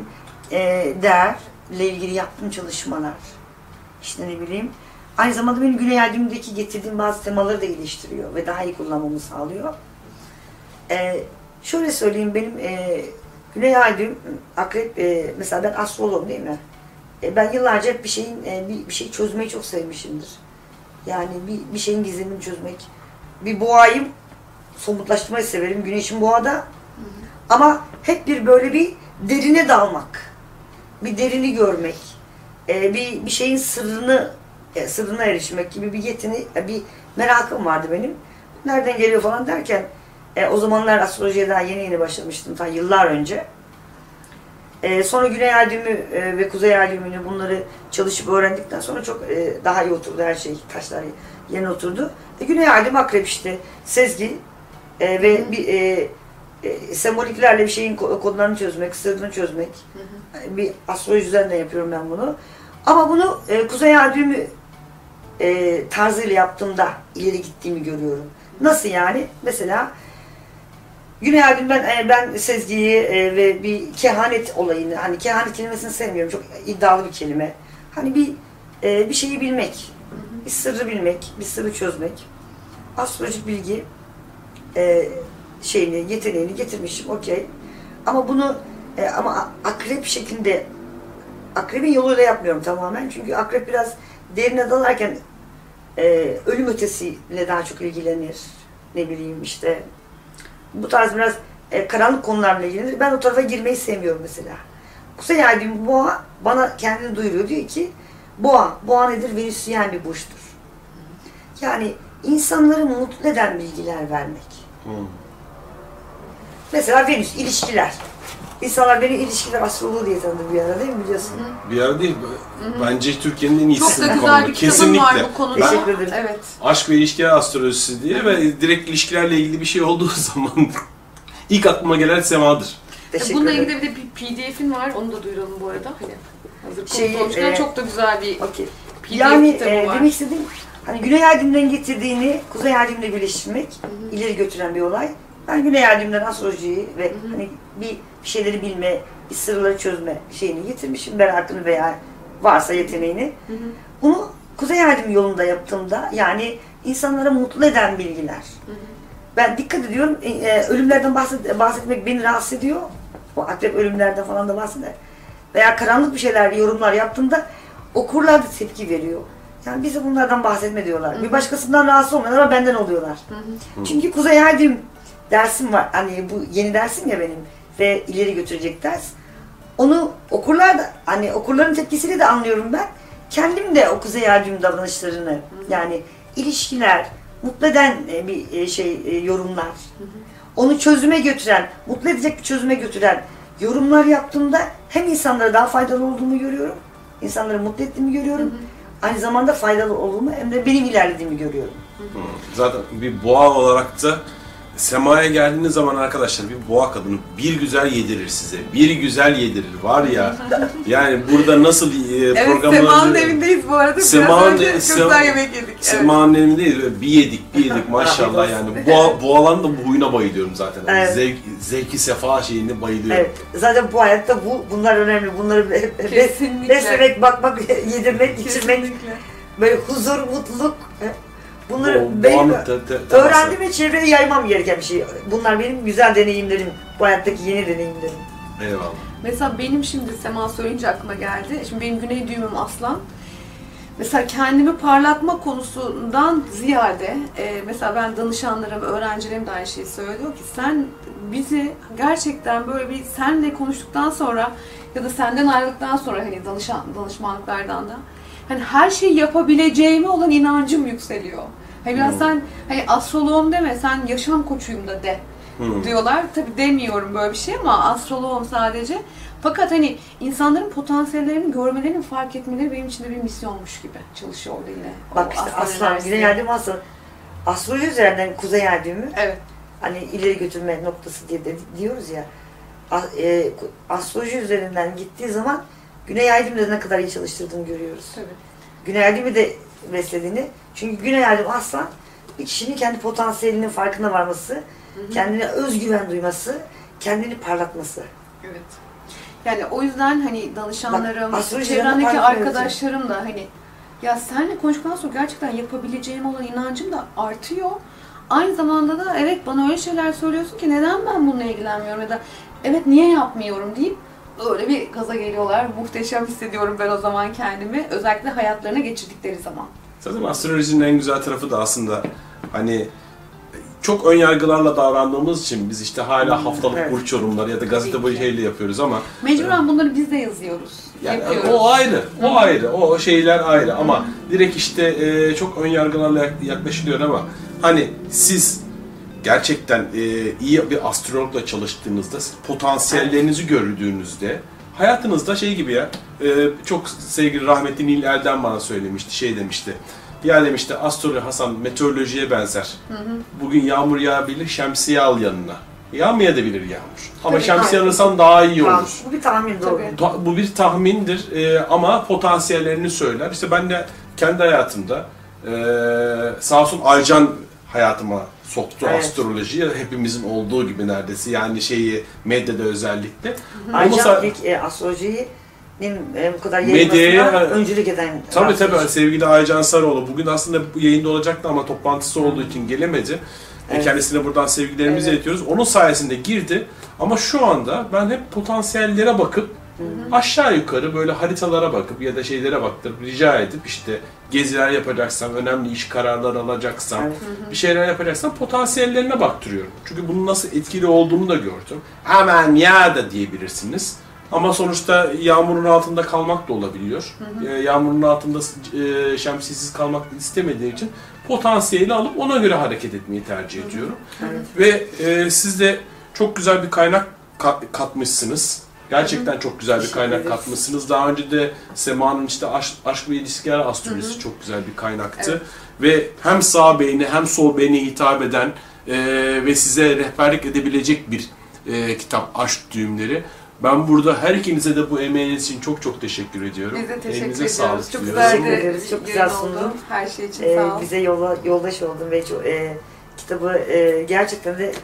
değerle ilgili yaptığım çalışmalar, işte ne bileyim, aynı zamanda benim güney ay düğümündeki getirdiğim bazı temaları da iyileştiriyor ve daha iyi kullanmamı sağlıyor. Şöyle söyleyeyim, benim Güney Ay düğüm akrep, mesela ben astrologum değil mi? Ben yıllarca hep bir şeyi çözmeyi çok sevmişimdir. Yani bir şeyin gizemini çözmek. Bir boğayım, somutlaştırmayı severim. Güneşim boğada. Ama hep böyle bir derine dalmak. Bir derini görmek. Bir şeyin sırrına erişmek gibi bir bir merakım vardı benim. Nereden geliyor falan derken o zamanlar astrolojiye daha yeni başlamıştım, ta yıllar önce. Sonra Güney Ay düğümü ve Kuzey Ay düğümünü bunları çalışıp öğrendikten sonra çok daha iyi oturdu her şey, taşlar yerine oturdu. Güney Ay düğümü akrep işte, sezgi ve semboliklerle bir şeyin kodlarını çözmek, sırrını çözmek. Bir astroloji üzerinden yapıyorum ben bunu. Ama bunu Kuzey Ay düğümü tarzıyla yaptığımda ileri gittiğimi görüyorum. Nasıl yani? Mesela Güney Ay düğümü ben sezgiyi ve bir kehanet olayını, hani kehanet kelimesini sevmiyorum, çok iddialı bir kelime. Hani bir şeyi bilmek, bir sırrı bilmek, bir sırrı çözmek, astrolojik bilgi yeteneğini getirmişim, okey. Ama bunu ama akrep şeklinde, akrebin yoluyla yapmıyorum tamamen. Çünkü akrep biraz derine dalarken ölüm ötesiyle daha çok ilgilenir. Ne bileyim işte. Bu tarz biraz karanlık konularla ilgilenir. Ben o tarafa girmeyi sevmiyorum mesela. Kuzey Ay düğümü boğa bana kendini duyuruyor. Diyor ki boğa nedir? Venüsyen bir burçtur. Yani insanları mutlu eden bilgiler vermek. Mesela Venüs, ilişkiler. İnsanlar beni ilişkiler astroloğu diye tanıdı bir ara, değil mi, biliyorsun? Bir ara değil. Bence Türkiye'nin en iyisi çok da bu güzel konuda. bir kitabın Kesinlikle. var bu konuda. Teşekkür ederim. Evet. Aşk ve ilişkiler astrolojisi diye ve direkt ilişkilerle ilgili bir şey olduğu zaman ilk aklıma gelen Sema'dır. Bununla ilgili bir de bir PDF'in var. Onu da duyuralım bu arada. Hani hazır konuşmuşken çok da güzel bir PDF yani, kitabı var. Demek istediğim, hani Güney Ay düğümünden getirdiğini Kuzey Ay düğümüyle birleştirmek, ileri götüren bir olay. Ben Güney Ay düğümünden astrolojiyi ve hani bir şeyleri bilme, bir sırları çözme şeyini getirmişim, merakını veya varsa yeteneğini. Bunu Kuzey Ay düğümü yolunda yaptığımda, yani insanlara mutlu eden bilgiler. Ben dikkat ediyorum, ölümlerden bahsetmek beni rahatsız ediyor. O akrep ölümlerden falan da bahseder. Veya karanlık bir şeyler, yorumlar yaptığımda okurlar da tepki veriyor. Yani bize bunlardan bahsetme diyorlar. Bir başkasından rahatsız olmuyorlar ama benden oluyorlar. Çünkü Kuzey Ay düğüm dersim var. Hani bu yeni dersim ya benim ve ileri götürecek ders. Onu okurlar da, hani okurların tepkisiyle de anlıyorum ben. Kendim de o Kuzey Ay düğüm davranışlarını, yani ilişkiler, mutlu eden bir yorumlar, onu çözüme götüren, mutlu edecek bir çözüme götüren yorumlar yaptığımda hem insanlara daha faydalı olduğumu görüyorum, insanları mutlu ettiğimi görüyorum, aynı zamanda faydalı olduğumu hem de benim ilerlediğimi görüyorum. Zaten bir boğa olarak da Sema'ya geldiğiniz zaman arkadaşlar, bir boğa kadını bir güzel yedirir size. Bir güzel yedirir var ya. Yani burada nasıl Evet, Sema'nın evindeyiz bu arada. Sema'nın çok güzel yemek yedik. Sema'nın evindeyiz. Bir yedik maşallah yani. Boğaların da bu huyuna bayılıyorum zaten. Evet. Zevki sefa şeyine bayılıyorum. Evet. Zaten bu hayatta bunlar önemli. Bunları beslemek, bakmak, yedirmek, içirmek. Böyle huzur, mutluluk. Bunları benim öğrendiğim ve çevreye yaymam gereken bir şey. Bunlar benim güzel deneyimlerim. Bu hayattaki yeni deneyimlerim. Eyvallah. Mesela benim şimdi Sema söyleyince aklıma geldi. Şimdi benim güney düğümüm Aslan. Mesela kendimi parlatma konusundan ziyade mesela ben danışanlarım, öğrencilerim de aynı şeyi söylüyor ki sen bizi gerçekten böyle bir senle konuştuktan sonra ya da senden ayrıldıktan sonra hani danışmanlıklardan da hani her şeyi yapabileceğime olan inancım yükseliyor. Hani biraz sen hani astroloğum deme, sen yaşam koçuyum da de diyorlar. Tabii demiyorum böyle bir şey ama astroloğum sadece. Fakat hani insanların potansiyellerini görmelerini fark etmeleri benim için de bir misyonmuş gibi çalışıyor orada yine. Bak işte Aslan, Güney Ay düğümü Aslan. Astroloji üzerinden Kuzey Ay düğümü. Evet. Hani ileri götürme noktası diye diyoruz ya. Astroloji üzerinden gittiği zaman Güney Ay düğümü de ne kadar iyi çalıştırdığını görüyoruz. Tabii. Güney Ay düğümü de beslediğini. Çünkü Güney Ay düğümü Aslan bir kişinin kendi potansiyelinin farkına varması, kendine özgüven duyması, kendini parlatması. Evet. Yani o yüzden hani danışanlarım, Bak, çevremdeki arkadaşlarım da hani ya seninle konuştuktan sonra gerçekten yapabileceğim olan inancım da artıyor. Aynı zamanda da evet bana öyle şeyler söylüyorsun ki neden ben bununla ilgilenmiyorum ya da evet niye yapmıyorum deyip öyle bir gaza geliyorlar. Muhteşem hissediyorum ben o zaman kendimi. Özellikle hayatlarına geçirdikleri zaman. Zaten astrolojinin en güzel tarafı da aslında hani çok ön yargılarla davrandığımız için biz işte hala haftalık burç yorumları ya da gazete boyu şeyle yapıyoruz ama mecburen bunları biz de yazıyoruz. Yani o ayrı, o ayrı, o şeyler ayrı ama direkt işte çok ön yargılarla yaklaşılıyor ama hani siz gerçekten iyi bir astrologla çalıştığınızda, potansiyellerinizi gördüğünüzde hayatınızda şey gibi ya, çok sevgili rahmetli Nil Erdem bana söylemişti, şey demişti. Ya demişti, astroloji Hasan meteorolojiye benzer. Bugün yağmur yağabilir, şemsiye al yanına. Yağmayabilir yağmur. Ama şemsiye alırsan daha iyi olur. Bu bir tahmin, doğru. Bu bir tahmindir ama potansiyellerini söyler. İşte ben de kendi hayatımda sağ olsun Aycan hayatıma soktu astrolojiyi. Hepimizin olduğu gibi neredeyse. Yani medyada özellikle. Aycan ilk astrolojiyi bu kadar yayınlasına öncülük eden. Tabii sevgili Aycan Sarıoğlu. Bugün aslında bu yayında olacaktı ama toplantısı olduğu için gelemedi. Kendisine buradan sevgilerimizi iletiyoruz. Onun sayesinde girdi. Ama şu anda ben hep potansiyellere bakıp aşağı yukarı böyle haritalara bakıp ya da şeylere baktırıp rica edip işte geziler yapacaksam, önemli iş kararları alacaksam, bir şeyler yapacaksam potansiyellerine baktırıyorum. Çünkü bunun nasıl etkili olduğunu da gördüm. Hemen ya da diyebilirsiniz. Ama sonuçta yağmurun altında kalmak da olabiliyor. Yağmurun altında şemsiyesiz kalmak istemediğim için potansiyeli alıp ona göre hareket etmeyi tercih ediyorum. Ve siz de çok güzel bir kaynak katmışsınız. Gerçekten çok güzel bir kaynak katmışsınız. Daha önce de Sema'nın işte aşk ve ilişkiler astrolojisi çok güzel bir kaynaktı. Ve hem sağ beyni hem sol beyni hitap eden ve size rehberlik edebilecek bir kitap Aşk Düğümleri. Ben burada her ikinize de bu emeğiniz için çok teşekkür ediyorum. Biz de teşekkür Elinize ediyoruz. Çok güzeldi. Çok güzel sundun. Her şey için sağ ol. Bize yoldaş oldun ve kitabı gerçekten de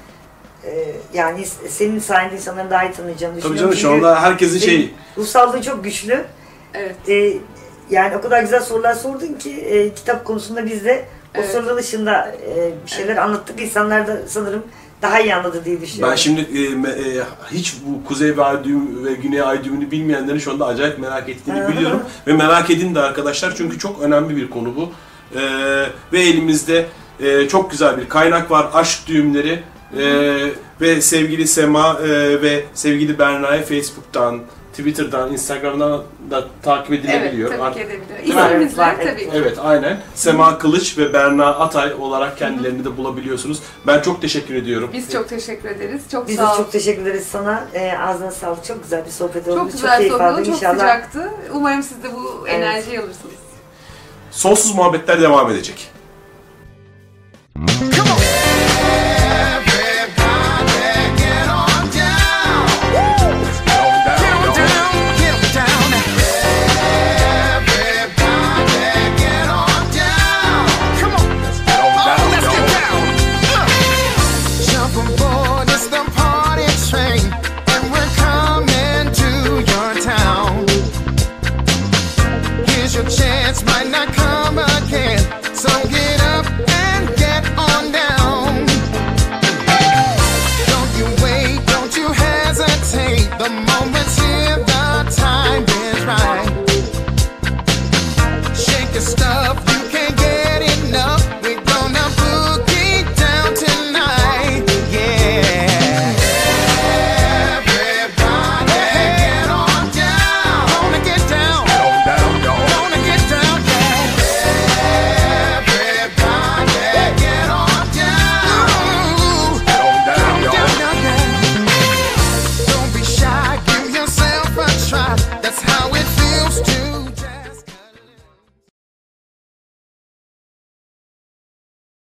yani senin sayende insanları daha iyi tanıyacağını düşünüyorum. Tabii canım, şu anda herkesin ruhsallığı çok güçlü. Evet. Yani o kadar güzel sorular sordun ki kitap konusunda biz de o soruların dışında bir şeyler anlattık. İnsanlar da sanırım daha iyi anladı diye düşünüyorum. Ben şimdi hiç bu Kuzey ve Ay düğümü ve Güney Ay düğümünü bilmeyenlerin şu anda acayip merak ettiğini biliyorum. Ve merak edin de arkadaşlar, çünkü çok önemli bir konu bu. Ve elimizde çok güzel bir kaynak var. Aşk Düğümleri. Ve sevgili Sema ve sevgili Berna'ya Facebook'tan, Twitter'dan, Instagram'dan da takip edilebiliyor. Evet, tabii ki edebiliyor. İsmimiz var tabii ki. Evet, aynen. Sema Kılıç ve Berna Atay olarak kendilerini de bulabiliyorsunuz. Ben çok teşekkür ediyorum. Biz çok teşekkür ederiz. Biz de çok teşekkür ederiz sana. Ağzına sağlık. Çok güzel bir sohbet oldu. Çok güzel sohbet, çok sıcaktı. Umarım siz de bu enerjiyi alırsınız. Sonsuz muhabbetler devam edecek. Come on.